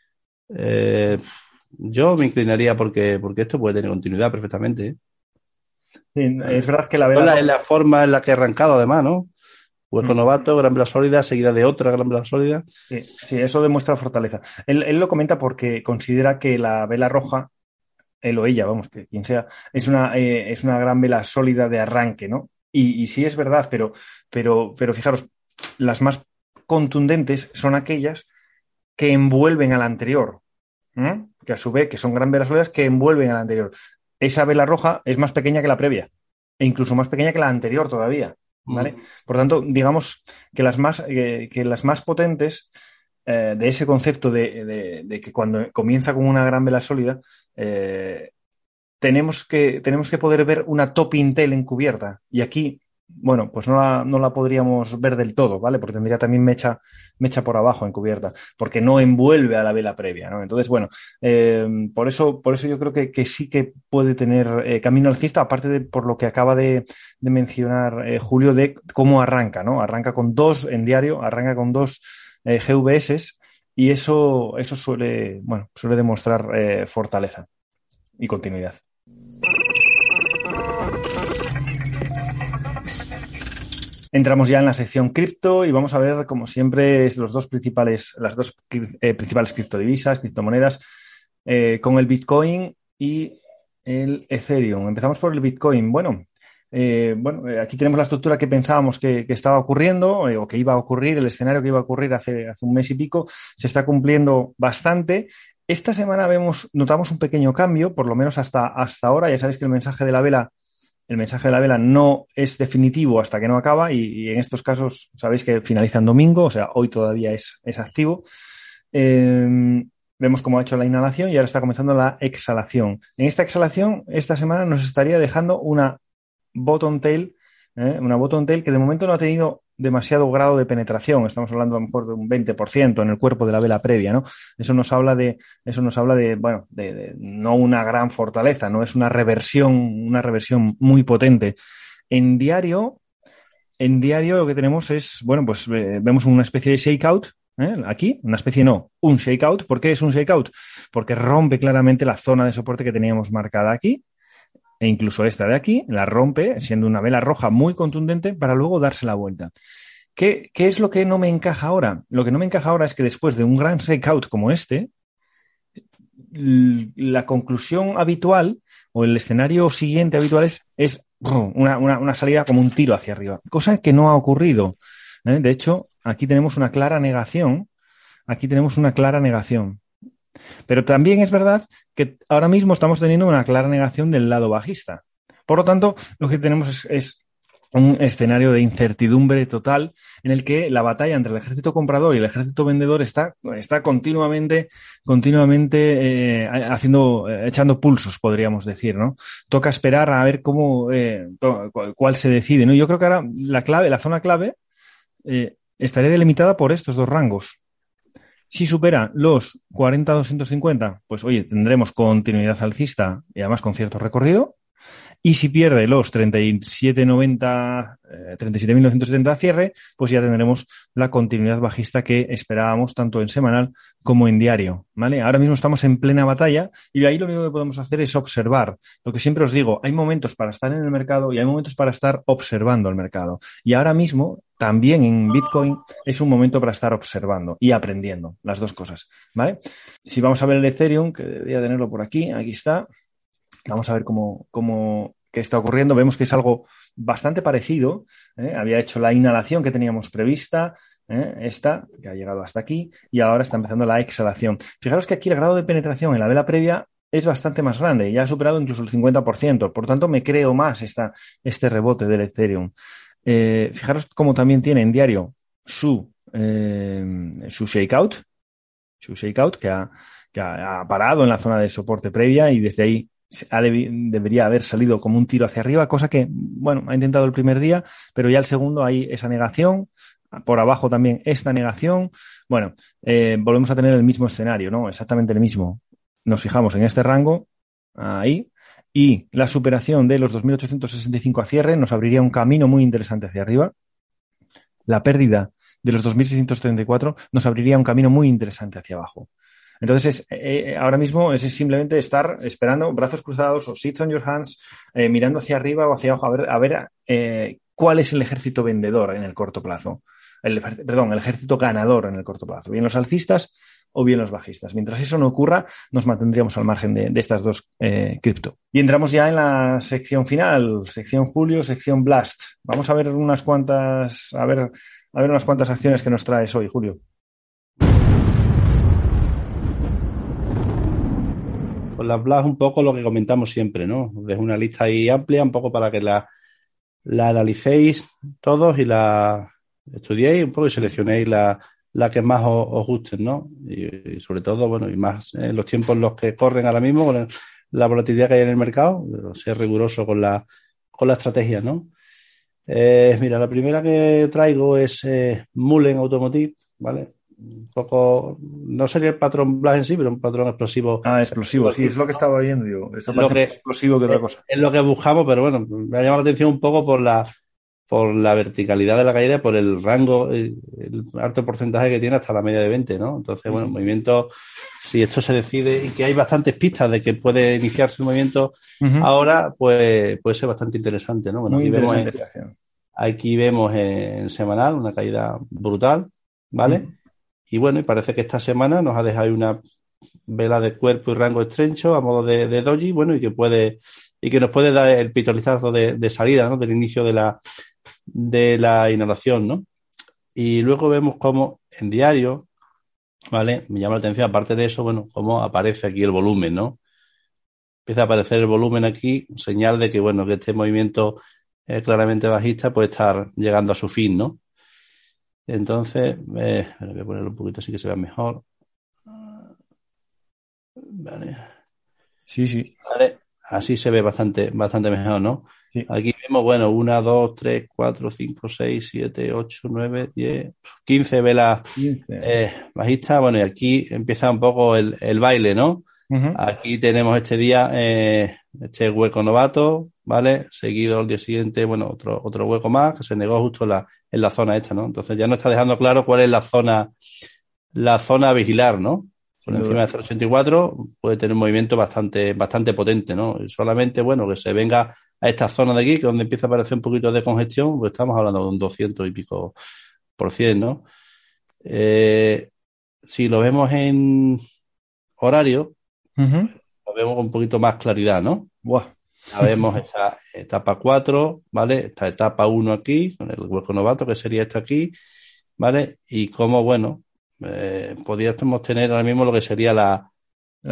Yo me inclinaría porque esto puede tener continuidad perfectamente, ¿eh? Sí, es verdad que la vela... Es la forma en la que ha arrancado, además, ¿no? Hueco novato, gran vela sólida, seguida de otra gran vela sólida. Sí, eso demuestra fortaleza. Él lo comenta porque considera que la vela roja, él o ella, vamos, que quien sea, es una gran vela sólida de arranque, ¿no? Y sí es verdad, pero fijaros, las más contundentes son aquellas que envuelven a la anterior, ¿eh? Que a su vez, que son gran velas sólidas que envuelven a la anterior. Esa vela roja es más pequeña que la previa, e incluso más pequeña que la anterior todavía, ¿vale? Por tanto, digamos que las más potentes de ese concepto de que cuando comienza con una gran vela sólida, tenemos que poder ver una top Intel encubierta. Y aquí, bueno, pues no la podríamos ver del todo, ¿vale? Porque tendría también mecha por abajo encubierta, porque no envuelve a la vela previa, ¿no? Entonces, bueno, por eso yo creo que sí que puede tener camino alcista, aparte de por lo que acaba de mencionar Julio, de cómo arranca, ¿no? Arranca con 2 en diario, arranca con 2 GVS y eso suele demostrar fortaleza y continuidad. Entramos ya en la sección cripto y vamos a ver, como siempre, las dos principales criptodivisas, criptomonedas, con el Bitcoin y el Ethereum. Empezamos por el Bitcoin. Bueno, aquí tenemos la estructura que pensábamos que estaba ocurriendo o que iba a ocurrir, el escenario que iba a ocurrir hace un mes y pico, se está cumpliendo bastante. Esta semana notamos un pequeño cambio, por lo menos hasta ahora. Ya sabéis que el mensaje de la vela no es definitivo hasta que no acaba y en estos casos sabéis que finaliza en domingo, o sea, hoy todavía es activo. Vemos cómo ha hecho la inhalación y ahora está comenzando la exhalación. En esta exhalación, esta semana nos estaría dejando una bottom tail que de momento no ha tenido demasiado grado de penetración. Estamos hablando a lo mejor de un 20% en el cuerpo de la vela previa, ¿no? Eso nos habla de no una gran fortaleza, no es una reversión muy potente. En diario lo que tenemos es, vemos una especie de shakeout, aquí, un shakeout. ¿Por qué es un shakeout? Porque rompe claramente la zona de soporte que teníamos marcada aquí. E incluso esta de aquí la rompe, siendo una vela roja muy contundente, para luego darse la vuelta. ¿Qué es lo que no me encaja ahora? Lo que no me encaja ahora es que después de un gran shakeout como este, la conclusión habitual o el escenario siguiente habitual es una salida como un tiro hacia arriba, cosa que no ha ocurrido. De hecho, aquí tenemos una clara negación. Pero también es verdad que ahora mismo estamos teniendo una clara negación del lado bajista. Por lo tanto, lo que tenemos es un escenario de incertidumbre total en el que la batalla entre el ejército comprador y el ejército vendedor está continuamente echando pulsos, podríamos decir, ¿no? Toca esperar a ver cuál se decide, ¿no? Yo creo que ahora la zona clave estaría delimitada por estos dos rangos. Si supera los 40-250, pues oye, tendremos continuidad alcista y además con cierto recorrido. Y si pierde los 37.970 a cierre, pues ya tendremos la continuidad bajista que esperábamos tanto en semanal como en diario, ¿vale? Ahora mismo estamos en plena batalla y ahí lo único que podemos hacer es observar. Lo que siempre os digo, hay momentos para estar en el mercado y hay momentos para estar observando el mercado. Y ahora mismo, también en Bitcoin, es un momento para estar observando y aprendiendo las dos cosas, ¿vale? Si vamos a ver el Ethereum, que debería tenerlo por aquí está. Vamos a ver qué está ocurriendo. Vemos que es algo bastante parecido. Había hecho la inhalación que teníamos prevista, esta, que ha llegado hasta aquí, y ahora está empezando la exhalación. Fijaros que aquí el grado de penetración en la vela previa es bastante más grande, ya ha superado incluso el 50%. Por tanto, me creo más este rebote del Ethereum. Fijaros cómo también tiene en diario su shakeout, que ha parado en la zona de soporte previa y desde ahí debería haber salido como un tiro hacia arriba, cosa que, bueno, ha intentado el primer día, pero ya el segundo hay esa negación, por abajo también esta negación. Bueno, volvemos a tener el mismo escenario, ¿no? Exactamente el mismo. Nos fijamos en este rango, ahí, y la superación de los 2.865 a cierre nos abriría un camino muy interesante hacia arriba. La pérdida de los 2.634 nos abriría un camino muy interesante hacia abajo. Entonces, ahora mismo es simplemente estar esperando, brazos cruzados o sit on your hands, mirando hacia arriba o hacia abajo, a ver cuál es el ejército vendedor en el corto plazo. El ejército ganador en el corto plazo. Bien los alcistas o bien los bajistas. Mientras eso no ocurra, nos mantendríamos al margen de estas dos cripto. Y entramos ya en la sección final, sección Julio, sección Blast. Vamos a ver unas cuantas acciones que nos traes hoy, Julio. Pues las Blast un poco lo que comentamos siempre, ¿no? Dejo una lista ahí amplia, un poco para que la analicéis todos y la estudiéis un poco y seleccionéis la que más os guste, ¿no? Y sobre todo, bueno, y más en los tiempos en los que corren ahora mismo, con la volatilidad que hay en el mercado, ser riguroso con la estrategia, ¿no? Mira, la primera que traigo es Mullen Automotive, ¿vale? Un poco, no sería el patrón Blast en sí, pero un patrón explosivo. Explosivo, sí, es lo que estaba viendo yo. Esto parece más explosivo que otra cosa. Es lo que buscamos, pero bueno, me ha llamado la atención un poco por la verticalidad de la caída, por el rango, el alto porcentaje que tiene hasta la media de 20, ¿no? Entonces, bueno, el movimiento, si esto se decide y que hay bastantes pistas de que puede iniciarse el movimiento ahora, pues puede ser bastante interesante, ¿no? Bueno, aquí vemos en semanal una caída brutal, ¿vale? Y bueno, y parece que esta semana nos ha dejado una vela de cuerpo y rango estrecho a modo de doji, bueno, y que nos puede dar el pistoletazo de salida, ¿no? Del inicio de la inhalación, ¿no? Y luego vemos cómo en diario, ¿vale? Me llama la atención, aparte de eso, bueno, cómo aparece aquí el volumen, ¿no? Empieza a aparecer el volumen aquí, señal de que, bueno, que este movimiento claramente bajista puede estar llegando a su fin, ¿no? Entonces, voy a ponerlo un poquito así que se vea mejor. Vale. Sí. Vale. Así se ve bastante mejor, ¿no? Sí. Aquí vemos, bueno, 1, 2, 3, 4, 5, 6, 7, 8, 9, 10, 15 velas bajistas. Bueno, y aquí empieza un poco el baile, ¿no? Aquí tenemos este día este hueco novato, ¿vale? Seguido al día siguiente, bueno, otro hueco más que se negó justo en la zona esta, ¿no? Entonces ya no está dejando claro cuál es la zona a vigilar, ¿no? Por encima de 0,84 puede tener un movimiento bastante potente, ¿no? Y solamente, bueno, que se venga a esta zona de aquí, que donde empieza a aparecer un poquito de congestión, pues estamos hablando de un 200 y pico %, ¿no? Si lo vemos en horario, lo vemos con un poquito más claridad, ¿no? Wow. Ya vemos esa etapa 4, ¿vale? Esta etapa 1 aquí, con el hueco novato, que sería esta aquí, ¿vale? Y cómo, bueno, podríamos tener ahora mismo lo que sería el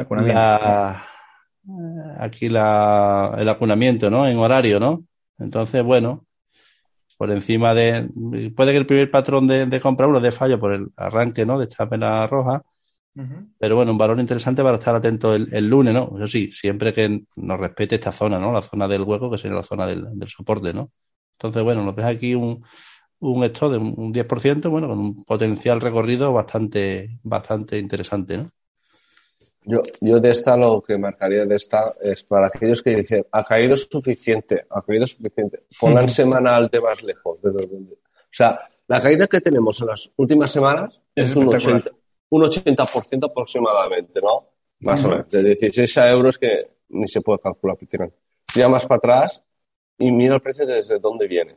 acunamiento, ¿no? En horario, ¿no? Entonces, bueno, por encima puede que el primer patrón de compra uno dé fallo por el arranque, ¿no? De esta vela roja. Pero bueno, un valor interesante para estar atento el lunes, ¿no? Eso sí, siempre que nos respete esta zona, ¿no? La zona del hueco, que sería la zona del soporte, ¿no? Entonces, bueno, nos deja aquí un stop de un 10%, bueno, con un potencial recorrido bastante interesante, ¿no? Yo de esta lo que marcaría de esta es para aquellos que dicen ha caído suficiente. Ponla en semanal de más lejos. O sea, la caída que tenemos en las últimas semanas es un 80% aproximadamente, ¿no? Más o menos. De 16 a euros que ni se puede calcular. Ya más para atrás y mira el precio desde dónde viene.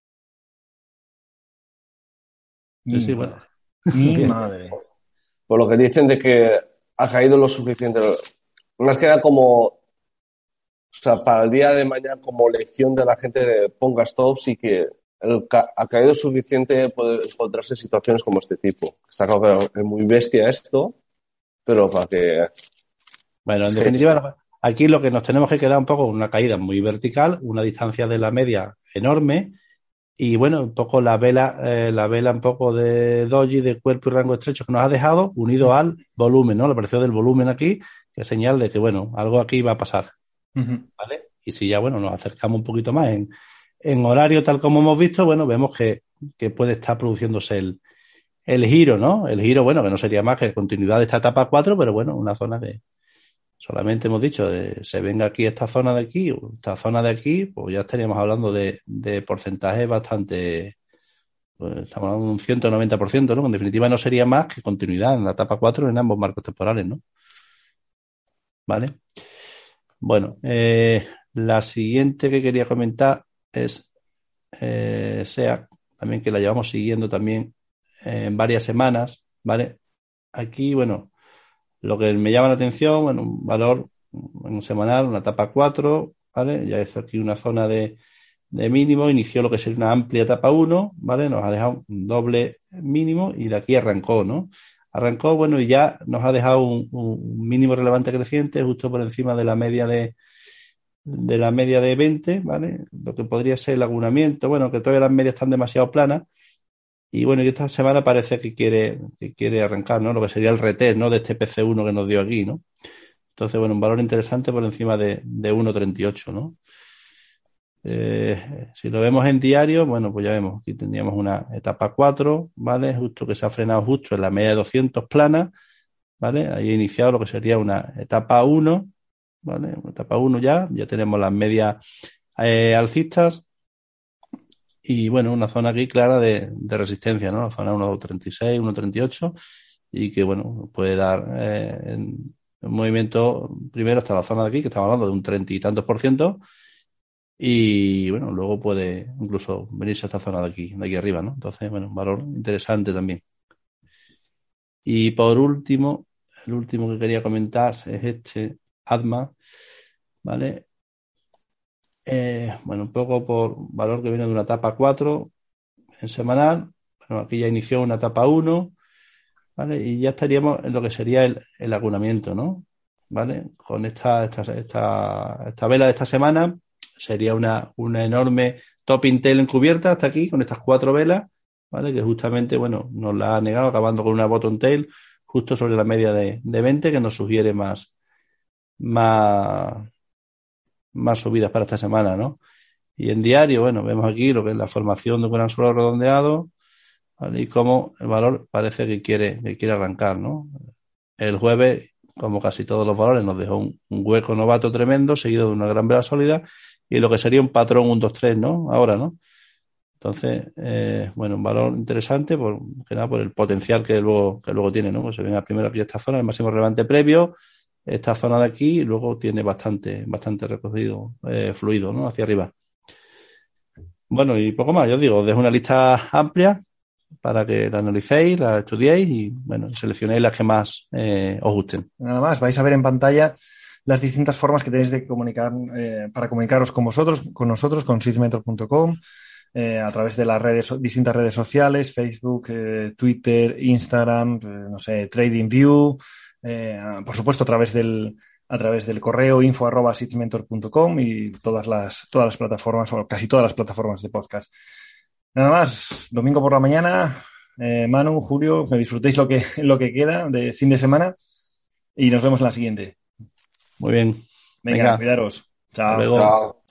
Sí, bueno. Mi madre. Por lo que dicen de que ha caído lo suficiente. Más que nada como, o sea, para el día de mañana como lección de la gente de ponga stop, sí que ha caído suficiente puede encontrarse situaciones como este tipo. Está claro que es muy bestia esto, pero para que... Bueno, en definitiva, aquí lo que nos tenemos que quedar un poco una caída muy vertical, una distancia de la media enorme y bueno, un poco la vela un poco de doji, de cuerpo y rango estrecho que nos ha dejado, unido al volumen, ¿no? La precio del volumen aquí, que es señal de que, bueno, algo aquí va a pasar, ¿vale? Y si ya, bueno, nos acercamos un poquito más en horario tal como hemos visto, bueno, vemos que puede estar produciéndose el giro, ¿no? El giro, bueno, que no sería más que continuidad de esta etapa 4, pero bueno, una zona que solamente hemos dicho, se venga aquí esta zona de aquí, esta zona de aquí, pues ya estaríamos hablando de porcentajes bastante, pues estamos hablando de un 190%, ¿no? En definitiva no sería más que continuidad en la etapa 4 en ambos marcos temporales, ¿no? ¿Vale? Bueno, la siguiente que quería comentar es SEAC, también que la llevamos siguiendo también en varias semanas, ¿vale? Aquí, bueno, lo que me llama la atención, bueno, un valor en un semanal, una etapa 4, ¿vale? Ya hizo aquí una zona de mínimo, inició lo que sería una amplia etapa 1, ¿vale? Nos ha dejado un doble mínimo y de aquí arrancó, ¿no? Arrancó, bueno, y ya nos ha dejado un mínimo relevante creciente justo por encima de la media de la media de 20, ¿vale? Lo que podría ser el agunamiento, bueno, que todavía las medias están demasiado planas. Y bueno, y esta semana parece que quiere arrancar, ¿no? Lo que sería el retest, ¿no? De este PC1 que nos dio aquí, ¿no? Entonces, bueno, un valor interesante por encima de 1,38, ¿no? Si lo vemos en diario, bueno, pues ya vemos, aquí tendríamos una etapa 4, ¿vale? Justo que se ha frenado justo en la media de 200 plana, ¿vale? Ahí ha iniciado lo que sería una etapa 1, ¿vale? Una etapa 1 ya tenemos las medias alcistas. Y bueno, una zona aquí clara de resistencia, ¿no? La zona 1.36, 1.38 y que, bueno, puede dar un movimiento primero hasta la zona de aquí, que estamos hablando de un 30 y tantos % y, bueno, luego puede incluso venirse a esta zona de aquí arriba, ¿no? Entonces, bueno, un valor interesante también. Y por último, el último que quería comentar es este ADMA, ¿vale? Bueno, un poco por valor que viene de una etapa 4 en semanal. Bueno, aquí ya inició una etapa 1, ¿vale? Y ya estaríamos en lo que sería el agunamiento, ¿no? ¿Vale? Con esta vela de esta semana sería una enorme topping tail encubierta hasta aquí, con estas 4 velas, ¿vale? Que justamente, bueno, nos la ha negado acabando con una bottom tail justo sobre la media de 20, que nos sugiere más subidas para esta semana, ¿no? Y en diario, bueno, vemos aquí lo que es la formación de un gran suelo redondeado, ¿vale? Y cómo el valor parece que quiere arrancar, ¿no? El jueves, como casi todos los valores, nos dejó un hueco novato tremendo, seguido de una gran vela sólida, y lo que sería un patrón 1, 2, 3, ¿no? Ahora, ¿no? Entonces, bueno, un valor interesante por el potencial que luego tiene, ¿no? Pues se ven primero aquí esta zona, el máximo relevante previo, esta zona de aquí, y luego tiene bastante recorrido fluido, ¿no? Hacia arriba. Bueno, y poco más, yo os digo, os dejo una lista amplia para que la analicéis, la estudiéis y, bueno, seleccionéis las que más os gusten. Nada más, vais a ver en pantalla las distintas formas que tenéis de comunicar para comunicaros con nosotros, con seedsmentor.com, a través de las distintas redes sociales, Facebook, Twitter, Instagram, no sé, TradingView, por supuesto a través del correo info@seedsmentor.com y todas las plataformas o casi todas las plataformas de podcast. Nada más, domingo por la mañana, Manu, Julio, que disfrutéis lo que queda de fin de semana y nos vemos en la siguiente. Muy bien. Venga. Cuidaros. Chao. Hasta luego. Chao.